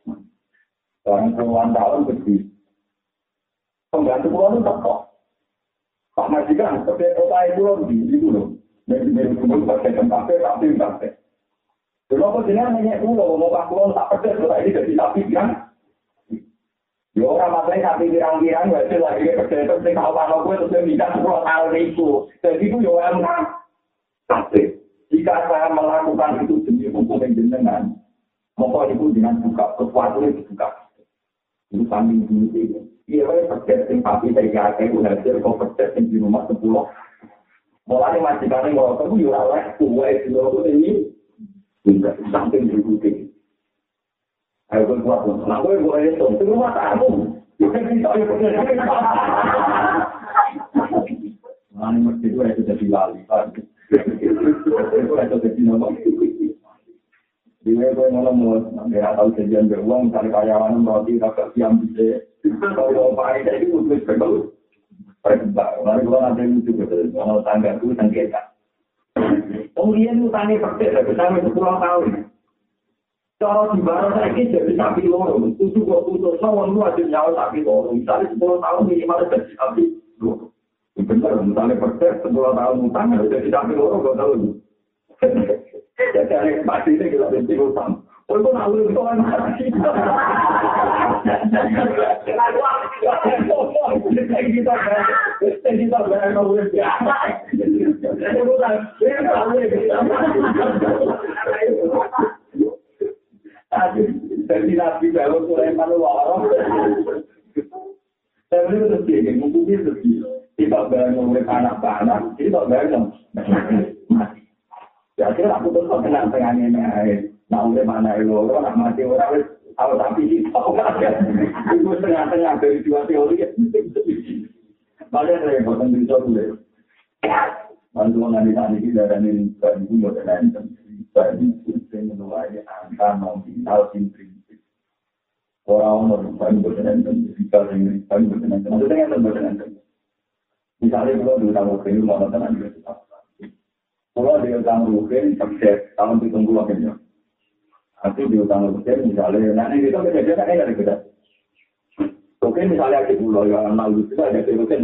Orang puluhan tahun begitu. Pembantu pulau itu tekok. Pak Majikan, sebagai kota pulau di itu loh. Dari dari pulau pakai tempat tapi pakai. Dulu aku dengar nanya pulau, mau pak pulau tak pedes, kalau ini jadi sapi kan? Ya orang masalahnya sapi pirang-pirang, hasil lagi pedes, terus tinggal kalau gue terus minta sepuluh tahun itu. Jadi itu ya orang tapi jika saya melakukan itu demi hukum yang jenengan, maka itu dengan buka sesuatu yang dibuka. Itu samping dulu itu. Iya, pedes yang papi saya kayak itu hasil kok pedes yang di rumah sepuluh. Mulai majikannya ngerokok itu ya oleh tua itu itu ini. Samping dulu itu. Ayo gue kuat pun. Nah gue boleh itu. Itu rumah tamu. Bukan kita yang pedes. Nah ini mesti gue itu jadi lali. Itu itu jadi nama. Dia gue ngomong mau nggak tahu kejadian beruang cari karyawan berarti kakak siam bisa. Kalau mau pakai jadi gue berbau. Perkembang. Lalu kalau ada yang itu betul. Kalau tangga gue sengketa. Kemudian utangnya persis sampai sepuluh tahun. Kalau di barat lagi jadi sapi lorong. Tujuh dua putus lawan lu ada nyawa sapi lorong. Misalnya sepuluh tahun minimal jadi sapi lorong. Benar, misalnya persis sepuluh tahun utang jadi sapi lorong gak tahu. Jadi ada yang pasti ini kita benci utang. Oh itu nak lu itu kan mati. Kita kita berapa bulan ya? Itu kan, ini kalau jadi nabi kalau Sulaiman orang. Tapi itu terjadi, mungkin terjadi. Tidak bangun oleh anak-anak, tidak bangun mati. Ya kira aku tuh kenal tengahnya. Nah, oleh mana itu orang mati orang tahu tapi tahu kan? Itu tengah-tengah dari dua teori. Malah saya bosan di situ dulu. Bantuan dari tadi kita dan ini dari dulu dan dari sistem menulai angka nominal prinsip. Orang-orang yang berkenan dan jika yang berkenan dan maksudnya yang berkenan. Misalnya kalau dulu tahu kini mau tenan juga. Kalau dia tahu mungkin sukses tahun ditunggu akhirnya. Aku diutang rutin misalnya, nah ini kita beda-beda kan ada beda. Oke misalnya di pulau yang malu itu ada rutin.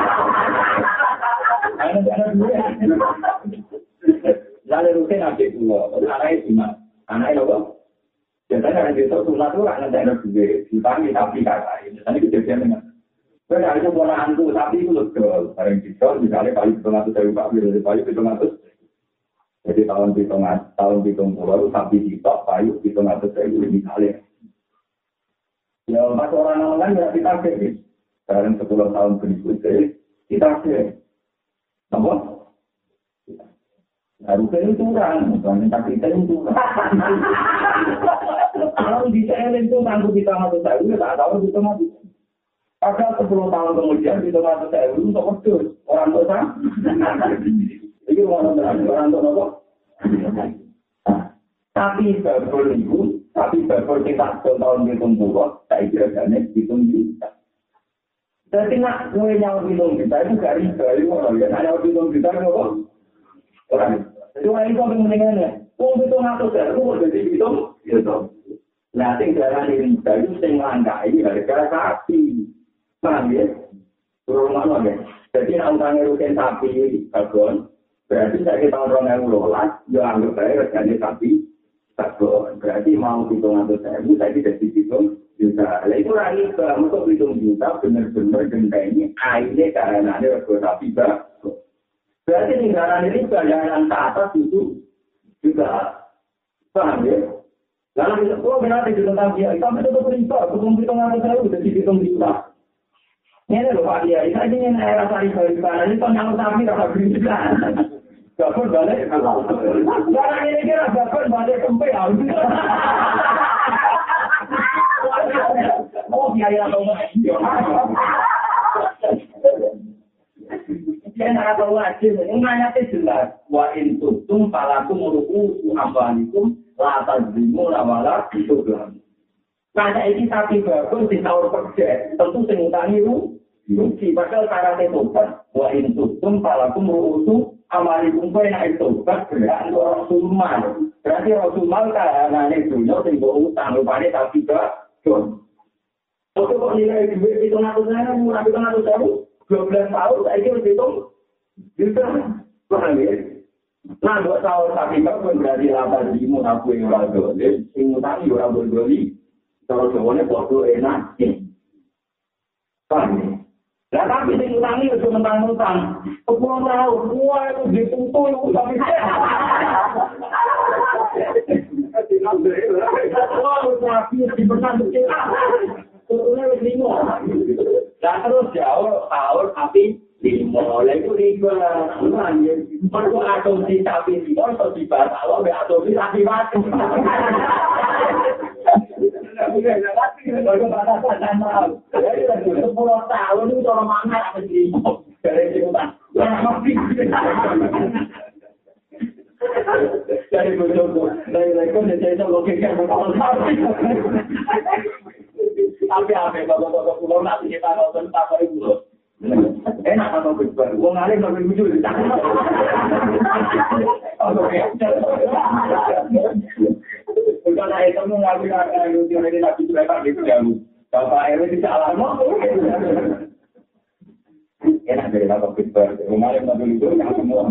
Anak-anak dulu ya. Misalnya rutin ada di pulau, anaknya gimana? Anaknya apa? Biasanya ada di situ sunat itu anak daerah juga, dipanggil tapi kata ini. Misalnya kejadian dengan. Kalau ada keponakan tuh tapi itu loh, bareng kita misalnya kali hitung ratus dari Pak Bir, dari Pak hitung ratus. Jadi tahun hitung tahun hitung pulau sampai di top payu hitung ratus ribu misalnya. Ya pas orang lain ya kita sih. Sekarang sepuluh tahun berikutnya kita sih. Apa? Harusnya itu kurang, bukan tapi kita itu kurang. Kalau di channel itu tangguh kita masuk saya tak tahu kita masuk. Padahal sepuluh tahun kemudian kita masuk saya untuk pedus orang tua. Ini orang orang tua apa? Tapi babel itu, tapi babel kita tahun hitung puluh, saya kira gane hitung juta. Jadi nak mulai nyawa hitung juta itu gak riba, itu orang yang nyawa hitung juta itu apa? Orang jadi orang itu apa mendingannya? Uang hitung atau saya itu jadi hitung, hitung. Nah, yang jalan riba itu yang melangkai harga sapi. Paham ya? Turun mana ya? Jadi nak utangnya rutin sapi, bagon. Berarti saya kita orang yang lolas, ya anggap saya regane sapi, bagon. Berarti mau hitung atau saya, saya tidak dihitung juta. Nah itu lagi untuk hitung juta benar-benar gentengnya airnya karena ada rego sapi bagon. Berarti tinggalan ini bayaran ke atas itu juga paham ya? Lalu kalau benar di tentang dia, itu itu riba, hitung hitung atau saya sudah dihitung juta. Ini loh Pak Kiai, saya ingin era sari barisan, ini penyalut sapi rasa berikan. Bapak balik, karena ini kira bapak balik kempe, oh Kiai atau Kiai atau wajib, ini nanya jelas, wa intutum palakum uruku ambanikum latar zimu lawala itu gelam. Karena ini sapi bagus di tahun kerja, tentu sengutangi rugi. Padahal karena tobat, wa intutum palakum uruku amalikum kau yang tobat berarti orang sumal. Berarti orang sumal karena ini dunia tinggal utang, rupanya sapi bagus. Waktu kok nilai duit itu ngatur saya, murah itu ngatur saya, dua belas tahun, saya kira hitung, bisa, paham ya? Nah, dua tahun tapi kan berarti lapan ribu aku yang orang dolim, sing utang orang berdoli, kalau jawabannya bodoh enak, paham ya? Nah, tapi sing utang itu cuma mentang-mentang, sepuluh tahun, semua itu ditutup itu sampai saya. Wah, tapi dipesan kecil. Sebetulnya wis limo. Lah terus jauh tahun tapi limo. Lah itu riba. Mergo asumsi tapi limo iso dibatal oleh asumsi tapi mati. Sepuluh tahun itu cara mangan apa sih? Dari situ tak. Dari bojoku, dari mereka jadi logika betul. Tapi apa bapak-bapak pulau nanti kita nonton apa itu? Enak atau betul? Uang alih nggak lucu. Oke. Bukan ada itu ngambil ada lucu ini lagi mereka gitu ya. Bapak ini tidak lama. Enak dari bapak betul. Uang alih nggak lucu nggak semua.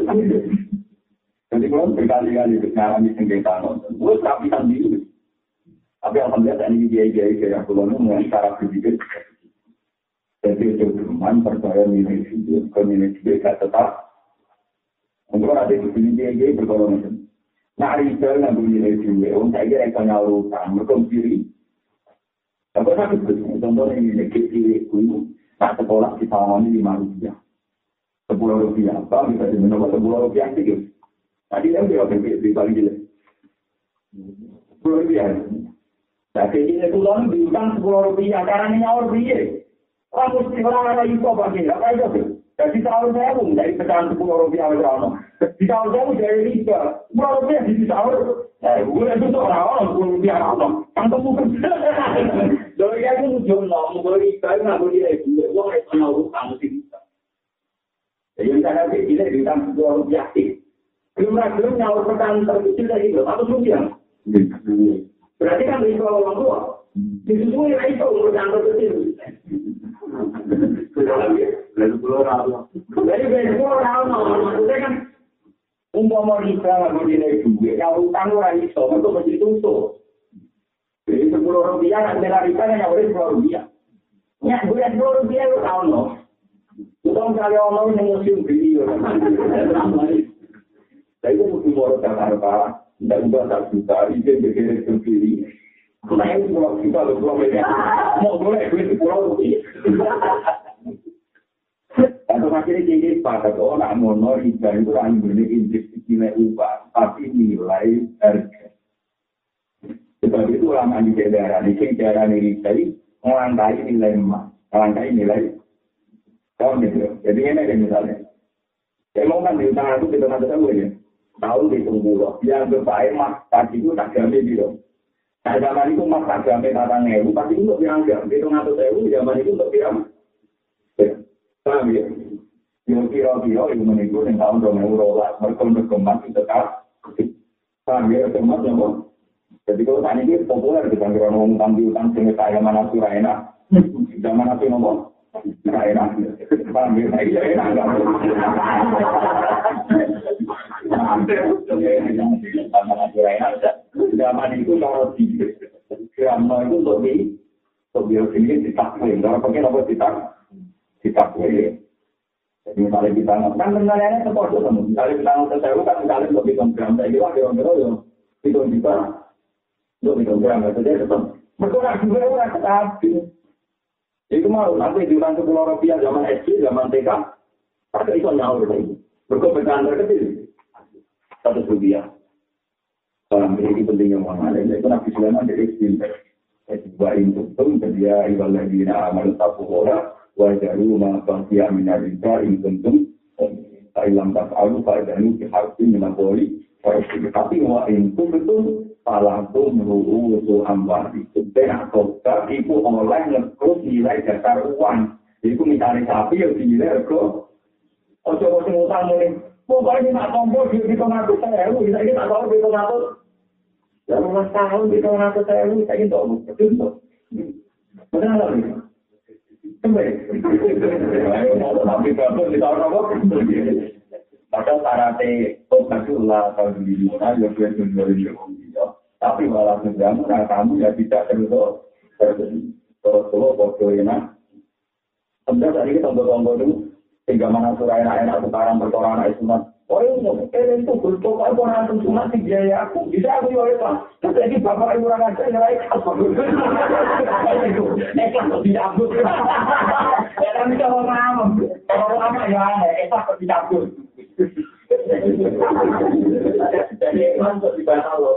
Jadi kalau berkali-kali mengalami sengketa nonton, gue tapi sendiri. Tapi alhamdulillah ini dia-dia kayak pulau ini cara berpikir. Jadi teman percaya nilai video, nilai video tetap. Untuk ada di sini dia-dia berkolom macam. Nah, Rizal nggak nilai video, saya kira itu nyalukan, berkompiri. Tapi saya betul, contohnya nilai kecil itu, tak sekolah di tahun ini lima rupiah, sepuluh rupiah, apa bisa dimenang sepuluh rupiah sih? Tadi yang dia berpikir di Bali dia, sepuluh rupiah. Jadi ini tulang diutang sepuluh rupiah, karena nyawa rupiah. Orang mesti orang ada info bagi, apa itu? Jadi tahun saya pun dari pecahan sepuluh rupiah berapa? Di tahun saya pun dari riba, sepuluh rupiah di tahun. Eh, gue itu tuh orang sepuluh rupiah apa? Tangkap bukan? Dari yang itu jono, mau riba nggak boleh lagi. Uang itu nyawa kamu sih bisa. Jadi misalnya kita diutang sepuluh rupiah sih. Belum-belum nyawa pertanyaan terkecil dari itu, apa rupiah? Berarti kan itu orang tua. Disusul ya itu pertanyaan terkecil. Lalu pulau rawa. Lalu pulau rawa, maksudnya kan umpama kita nggak boleh duit, yang utang orang itu, itu mesti tutup. Jadi sepuluh rupiah, nanti dari kita yang boleh sepuluh rupiah. Ya, gue sepuluh rupiah itu tahu loh. Utang kali orang yang musim beli, saya itu mesti mau Jakarta, tidak juga tak juta, itu berkira sendiri. Saya itu pulau kita loh, pulau mereka. Mau boleh duit pulau rupiah. Atau akhirnya jadi pada orang mono riba itu kan berdiri nilai upah, tapi nilai harga. Sebab itu ulama di daerah di daerah ini jadi melangkai nilai emas, melangkai nilai tahun itu. Jadi ini ada misalnya, saya mau kan di utang aku kita nanti tahu ya, tahun di Tunggulo, yang berbaik mas tadi itu tak jambi gitu. Nah zaman itu mas tak jambi tatang ewu, pasti untuk yang jambi itu ngatur ewu, zaman itu untuk yang paham ya? Yang kira-kira yang menunggu yang tahun dua ribu dua belas berkembang itu tetap paham ya? Teman teman. Jadi kalau tadi ini populer kita kira ngomong utang utang sehingga saya mana surah enak, zaman apa ngomong surah enak, paham ya? Saya enak nggak? Zaman surah enak, zaman itu kalau di zaman itu untuk di untuk di sini ditakwin, kalau pakai apa ditak ditakwin. Jadi misalnya kita kan sebenarnya seperti itu, misalnya kita nonton sewa kan misalnya untuk hitung gram, saya kira kira-kira ya hitung juta. Untuk hitung gram, maksudnya tetap berkurang juga orang tetapi itu mau nanti diulang sepuluh rupiah zaman S D, zaman T K, pakai itu nyawa lagi. Berkompensasi terkecil satu rupiah. Dalam ini pentingnya uang lain, itu nabi Sulaiman dari Islam. Dua itu pun dia ibadah di amal satu orang, wajaru mengkonsumsi minarika ini tentu. Thailand tak alu pada ini harus menaboli. Tapi wah itu betul palaku menurut itu hamba itu benar kota itu oleh ngekrus nilai dasar uang. Itu misalnya sapi yang dinilai kok. Ojo ojo utang ini. Pokoknya ini nak tombol di kita ngatur saya lu, kita ini tak tahu kita ngatur. Ya rumah tahun kita ngatur saya lu, kita ini tahu betul. Benar lagi. Kembali. Tapi kalau kita orang apa? Padahal syaratnya Rasulullah tahun ini, ya gue tunjukin dia. Tapi malah sedang kamu ya tidak terus terjadi. Terus kalau foto ini, sebenarnya tadi kita tombol-tombol itu, hingga mana surah enak-enak sekarang berkorang anak sunat. Oh ini, kalian itu bertombol aku nanti sunat sih biaya aku. Bisa aku juga itu. Terus lagi bapak ibu orang aja yang lain apa? Nekat kok tidak abut. Ya kan kita mau ngomong, kalau lama ya nekat kok tidak abut. Jadi langsung dibaca loh.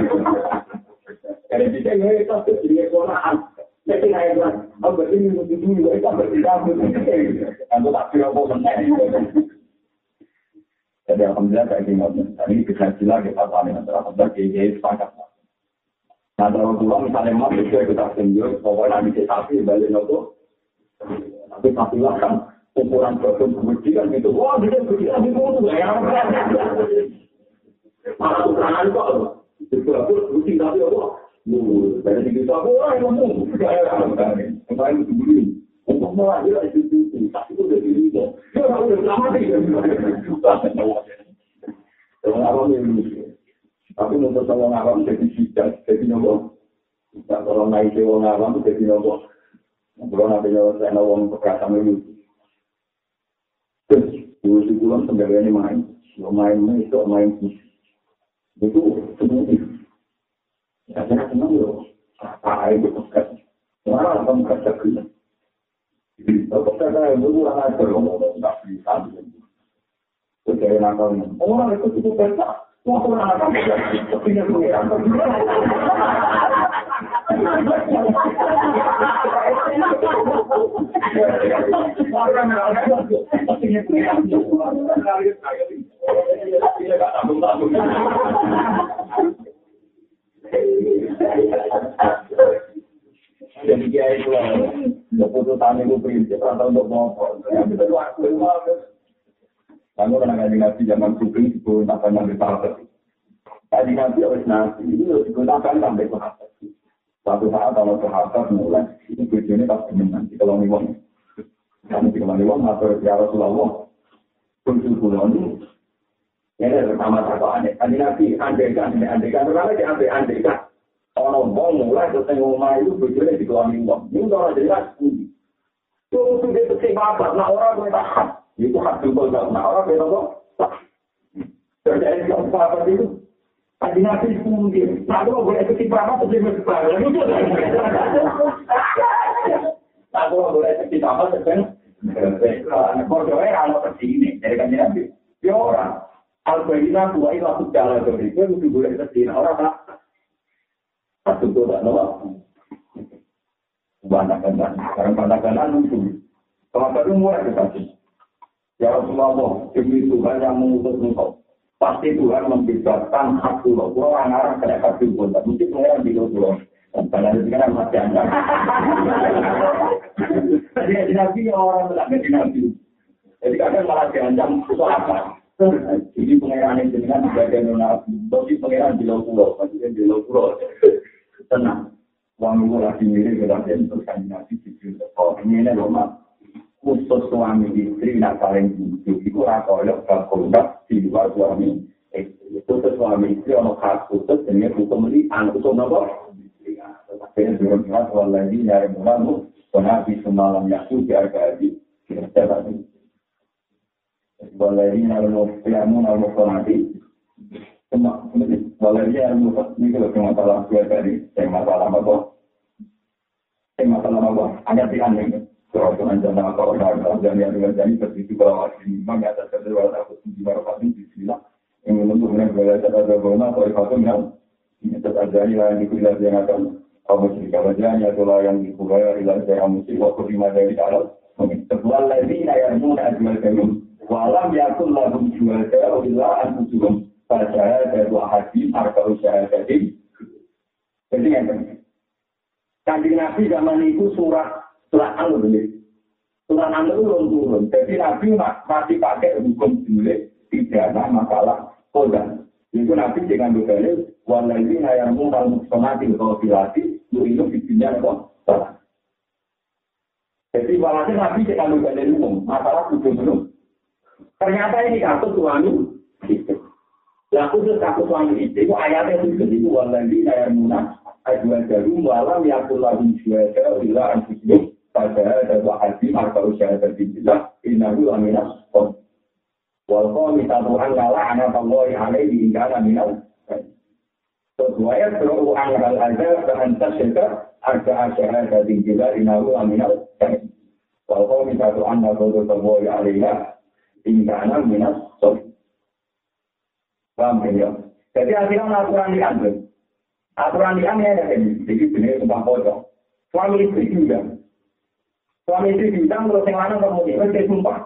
Jadi kita nggak itu tuh jadi ekonomi. Jadi nggak itu, oh berarti minggu dulu itu berdiam dulu. Kalau tak kira apa benar. Jadi alhamdulillah kayak gini. Tadi kita sila kita panen antara antara kiai sepakat. Nah kalau pulang misalnya mau juga kita tunjuk, pokoknya nanti sapi balik nopo. Tapi sapi lah kan. Ukuran produk kemudian gitu, wah dia begitu itu tuh ya. Malah ukuran kok, itu aku rutin tapi apa? Lu dari situ aku ah ngomong, kemarin itu dulu, untuk mau aja itu itu, tapi itu udah dulu itu, ya udah lama sih. Orang awam ini, tapi untuk orang awam jadi sidak, jadi nopo. Kalau naik ke orang awam jadi nopo. Kalau nanti nyawa saya nawang perkataan itu. Dulu sebelum sendirian main, main itu main itu semuanya. Ya saya senang loh. Apa itu pekat? Mana kamu kerja kerja? Kalau kerja yang dulu orang ada ngomong nggak bisa. Kerja nakal. Orang itu cukup kerja. Wah orang nakal kerja. Tapi yang punya jadi dia itu keputusan itu prinsip atau untuk ngomong yang bisa waktu kamu pernah ngaji ngaji zaman kuping itu tak pernah dipakai tadi ngaji harus nasi itu digunakan sampai ke atas suatu saat kalau ke atas mulai itu tujuannya pasti menang kalau niwang kamu di kalau niwang atau ya Rasulullah kunci pulau ini ini pertama satu aneh tadi nabi andekan andekan karena dia andekan andekan orang bom mulai selesai ngomong itu tujuannya di kalau niwang ini orang jelas kunci itu sudah bersih babat nah orang mereka itu hak jempol nah orang mereka terjadi yang babat itu Adi nabi mungkin, nah kalau boleh ketimbang atau boleh ketimbang, itu nah kalau boleh ketimbang atau boleh Bordonya kalau kesini, dari kan nabi, ya orang, al-Bayyinah buai laku jalan dari itu, itu boleh kesini, orang tak, satu tu tak tahu, banyak-banyak, sekarang banyak-banyak nunggu, kalau tadi mulai kesini, ya Rasulullah, demi Tuhan yang mengutus engkau. Pasti Tuhan membebaskan hak pulau. Pulau orang-orang kena kasih pun. Tak mungkin pengeran di pulau. Dan pada hari sekarang masih anda. Jadi nabi orang tidak jadi nabi. Jadi kadang malah diancam soal apa. Jadi pengeran itu dengan bagian nabi. Tapi pengeran di pulau. Maksudnya di pulau. Tenang. Uang itu lagi mirip dengan bentuk kan nabi. Oh ini ini rumah. Khusus suami istri nak saling bujuk itu rakyat berkontak di luar suami khusus suami istri orang khas khusus dengan hukum ini anak hukum apa? Akhirnya berumur lagi nyari mulamu Nabi semalam yaku diargai kita tadi waladi naruh piamu naruh konati cuma waladi naruh ini kalau cuma masalah dua tadi yang masalah apa? Yang masalah apa? Ada di aneh kalau dengan jana kalau ada dan yang dengan jadi seperti kalau masih memang atas kedua aku di barat ini sila yang menentukan belajar ada guna atau ikatan yang terjadi yang dikuliah yang akan kamu cerita belajarnya itulah yang dikuliah ilah saya mesti waktu lima dari dalam sebuah lagi yang mudah jual kamu walam yakul lagu jual kamu bila antusium pada dari dua hadis atau usaha tadi jadi yang penting kanjeng Nabi zaman itu surah Surat Al-Mulk. Surat Al-Mulk belum turun. Jadi Nabi masih pakai hukum jilid, tidak ada masalah kodan. Itu Nabi dengan dalil, walaupun yang mungkal muksonati atau filati, itu itu bikinnya apa? Salah. Jadi walhasil Nabi cek kalau dari umum, masalah tujuh belum. Ternyata ini kasus suami itu. Lah khusus kasus suami itu, itu ayatnya itu jadi waladi ayat munah, ayat jarum walam yakul lahum syuhada illa anfusihim pada ada wahadi marka usia terbijilah innahu aminas qom. Wal qawmi tabu'an lala anak Allah alaihi ingkana minal. Sesuai perlu anggal aja kehantas syekar harga asyara dari jila innahu aminal. Wal qawmi tabu'an Allah alaihi ingkana minal. Paham ya? Jadi akhirnya aturan diambil. Aturan diambil ada ini. Jadi benar sumpah pocong. Suami istri juga. Suami istri juga menurut yang lanang kemudian saya sumpah.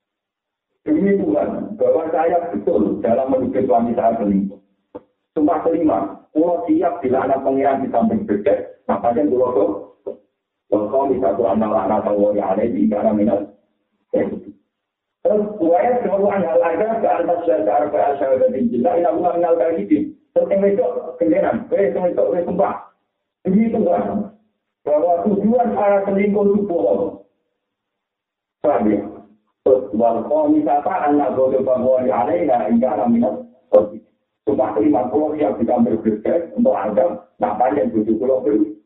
Demi Tuhan bahwa saya betul dalam menduga suami saya selingkuh. Sumpah kelima, kalau siap bila anak pengiran di samping berdek, makanya dulu kok. Kalau bisa tuh anak-anak tahu yang ada di karena minat. Terus buaya semua hal ada ke atas dasar ke asal dari jila ini aku mengenal kali ini. Terus yang itu kendaraan, eh itu itu eh sumpah. Demi Tuhan bahwa tujuan para selingkuh itu bohong. Paham ya? Terus kalau misalkan anak bodoh bahwa di alainya hingga minat. Sumpah kelima puluh yang kita berbeda untuk Adam, nak panjang tujuh puluh beri.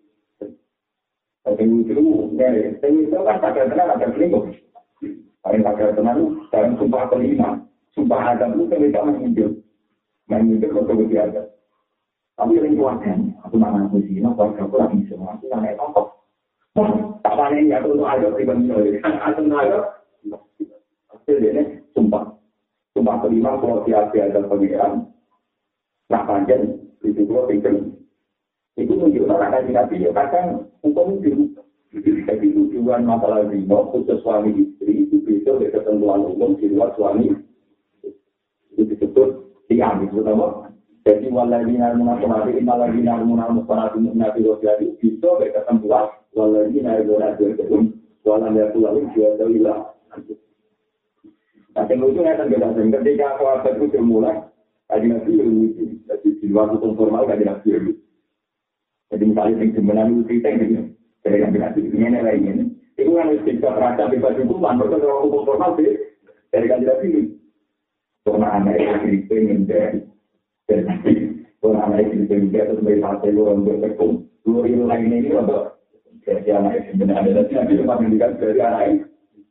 Tapi itu, nih, itu kan tak kenal ada selingkuh. Paling tak kenal dalam sumpah kelima, sumpah Adam itu kita menghijau, menghijau untuk berbiasa. Tapi yang kuatkan, aku nak ngaku sih, nak kuat aku lagi semua, aku nak naik tongkok. Tak panen ya untuk Adam pribadi, Adam Adam, hasilnya sumpah, sumpah kelima kalau siapa ada pengiran. Nak panjang, itu kalau pikir. Itu menunjukkan akan dinabi, ya kadang hukum itu. Jadi tujuan masalah zina, khusus suami istri, itu bisa dari ketentuan umum di luar suami. Itu disebut tiang, itu pertama. Jadi waladina al-munasonati, inaladina al-munasonati, nabi wasyari, bisa dari ketentuan waladina al-munasonati, waladina al-munasonati, waladina al-munasonati. Nah, yang lucunya kan beda. Ketika sahabat itu bermula, Kaji Nabi yang lucu, jadi di luar hukum formal kaji Nabi yang lucu. Jadi misalnya yang sebenarnya lucu kita yang dari kaji Nabi ini lainnya. Itu kan bisa terasa bebas hukuman, mereka kalau hukum formal sih dari kaji Nabi ini. Karena anak itu ingin dari dari Nabi, karena anak itu ingin dari sebagai partai orang berhukum. Dua itu lainnya ini untuk dari anak itu sebenarnya ada Nabi cuma mendikan dari anak itu.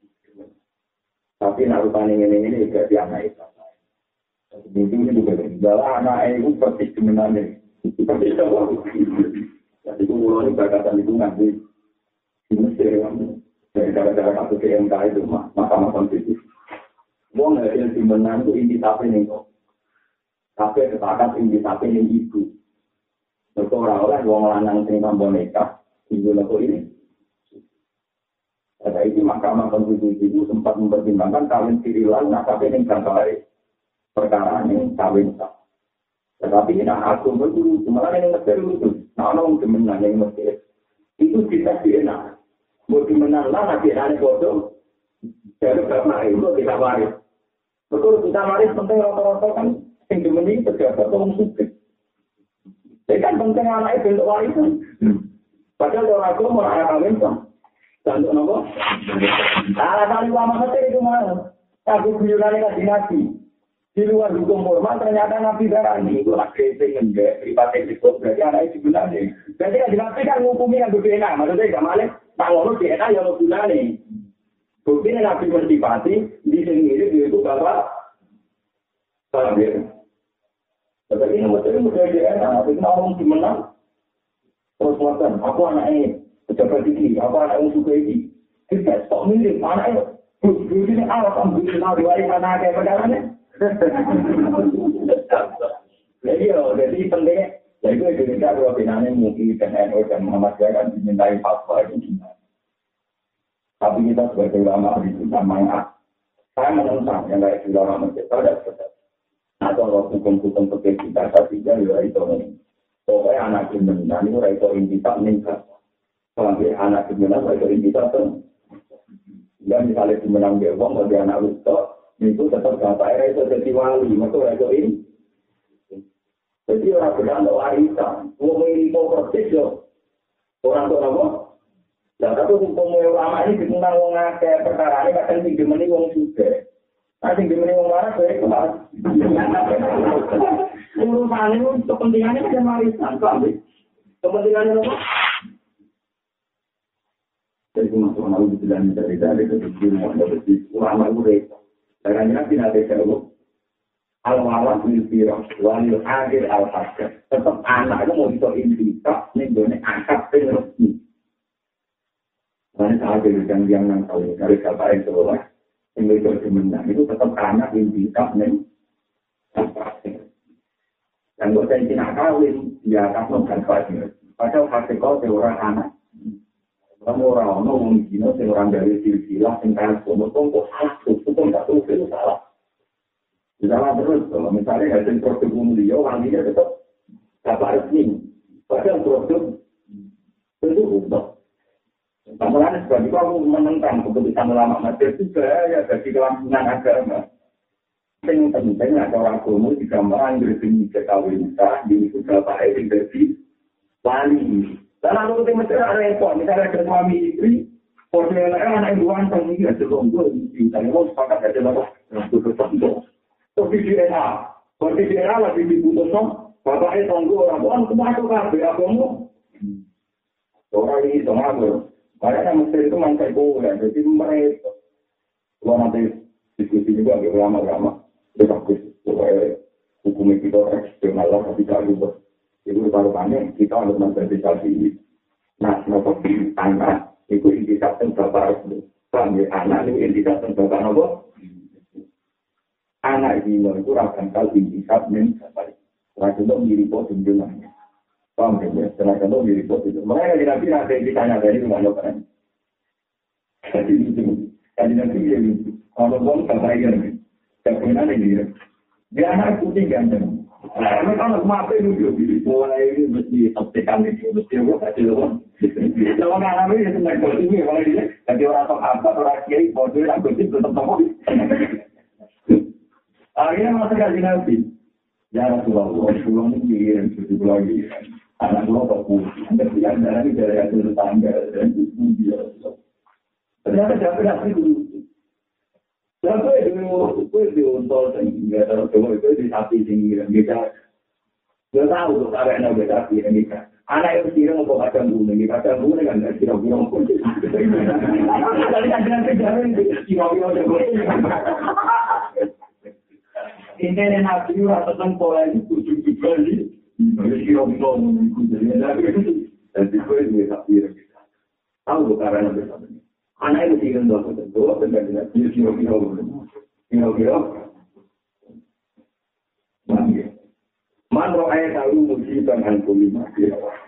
Tapi narutan ini ini dari anak itu. Itu ini juga bahwa anak itu persis sebenarnya persis apa? Jadi itu mulai berkaitan itu nanti di Mesir dari cara-cara kasus K M K itu Mahkamah Konstitusi. Mau nggak yang dimenang itu inti tapi nih kok. Tapi sepakat inti tapi nih ibu. Berkorang oleh wong lanang sing tambah nikah ibu laku ini. Ada itu Mahkamah Konstitusi itu sempat mempertimbangkan kawin sirilan nah tapi ini kan baik. Perkara ini kawin sah. Tetapi nah aku itu malah yang Mesir itu, nah orang kemenang yang Mesir itu kita enak. Mau kemenang lah nanti ada bodoh. Jadi karena itu kita waris. Betul kita waris penting rata-rata kan yang kemenang pejabat atau musuh. Jadi kan penting anak itu untuk warisan. Padahal orang aku mau anak kawin sah. Dan untuk apa? Alasan ulama Mesir itu mana? Aku buyurannya kasih Nabi. Di luar hukum formal ternyata Nabi darani itu lah kritik enggak privasi itu berarti anaknya sebenarnya. Berarti kan Nabi kan menghukumi yang berbeda. Maksudnya gak malah tak ngono D N A yang gunane. Bukti Nabi bersifati di sendiri itu bapak. Paham ya? Tapi ini maksudnya mudah D N A. Tapi orang dimenang terus ngatakan aku anaknya pejabat tinggi, aku anak yang suka ini. Kita stop mirip anaknya. Bukti ini alat ambil riwayat anaknya perkaranya. Jadi, jadi pentingnya, jadi Indonesia kalau binanya mungkin dan N U dan Muhammadiyah kan dimintai fatwa itu gimana. Tapi kita sebagai ulama itu namanya, saya menentang yang kayak di ulama masjid pada seperti atau hukum-hukum seperti kita tapi juga itu ini. Pokoknya anak kriminal itu itu intisak meningkat. Kalau anak kriminal itu intisak tuh, dan misalnya kriminal dia uang bagi anak itu. Itu tetap kata itu jadi wali, maksudnya itu ini. Jadi orang benar ada warisan, mau ini mau persis yo. Orang tua apa? Lah tapi hukum ulama ini tentang wong akeh perkara ini kadang sing demeni wong sugih. Nah sing demeni wong waras ya iku lah. Urusan itu kepentingannya kan warisan, paham? Kepentingannya apa? Jadi masuk malu dibilang dari dari dari dari ulama itu. Karena tidak ada jauh. Al-walad milfirah, walil akhir al-hajar. Tetap anak itu mau bisa intikaf, ini boleh angkat resmi. Karena saat itu yang yang yang tahu, dari siapa yang seolah, yang bisa dimenang, itu tetap anak intikaf, nih. Dan buat saya tidak kawin, dia akan melakukan kawin. Padahal hasil kau seorang anak. Kamu orang-orang mungkin, seorang dari silsilah, yang kaya semua-semua, salah, itu pun tak tahu, itu salah. Misalnya terus, kalau misalnya hasil produk mulia, wanginya tetap dapat resmi. Padahal produk itu untuk. Tambahan sebab itu aku menentang keputusan ulama Madrid juga ya bagi kelangsungan agama. Yang penting ada orang agama digambarkan definisi kawin nikah di sudah baik dari wali. Dan lalu ketika Mesir ada repot, misalnya ada suami istri, porsinya anak yang dua tahun ini ada lombok, misalnya mau sepakat ada apa? Untuk tertentu. Seperti D N A, seperti D N A lagi diputuskan, bapaknya tunggu orang tua, cuma itu kabeh agama. Orang ini sama aku. Makanya Mesir itu mantai ya, jadi mereka. Kalau nanti diskusi juga agak lama-lama, itu bagus. Pokoknya hukum kita eksternal lah, tapi tak lupa. Itu taruhannya kita harus mensertifikasi. Nah, kenapa anak itu indikator bapak itu? Panggil anak itu indikator bapak apa? Anak ini itu akan kali indikator mencapai. Setelah itu mirip jumlahnya. Paham ya? Setelah itu mirip itu. Makanya nanti nanti ditanya dari rumah dokter. Jadi itu, jadi nanti dia itu. Kalau bom bapak ini, kebenaran ini. Dia anak putih ganteng. Nah, kalau maaf itu mulai ini mesti tekan ini mesti gua kasih loh. Kalau nggak ini ya senang banget ini kalau dia jadi orang tok apa orang kiai bodoh lah gue tetap tahu. Akhirnya masuk kaji nabi. Ya Rasulullah, Rasulullah ini kirim tujuh lagi. Anak gua bagus. Tapi yang darah ini dari hasil tetangga dan itu dia. Ternyata siapa yang itu? Siapa itu? Itu diuntol sehingga terus itu di sapi sehingga kita nggak tahu tuh cara yang beda sapi ini kan. Anak itu kira mau kacang bunga, kacang bunga kan nggak kira-kira pun. Jadi ada kejaran itu kira-kira juga. Ini nabi rasa tentang itu tujuh kali. Kira-kira kira-kira. Jadi gue juga sapi kita. Tahu tuh cara yang beda. Anak itu kira dua puluh dua, benar-benar kira-kira, kira-kira. Man roh ayat tahu musibah dan kulimah.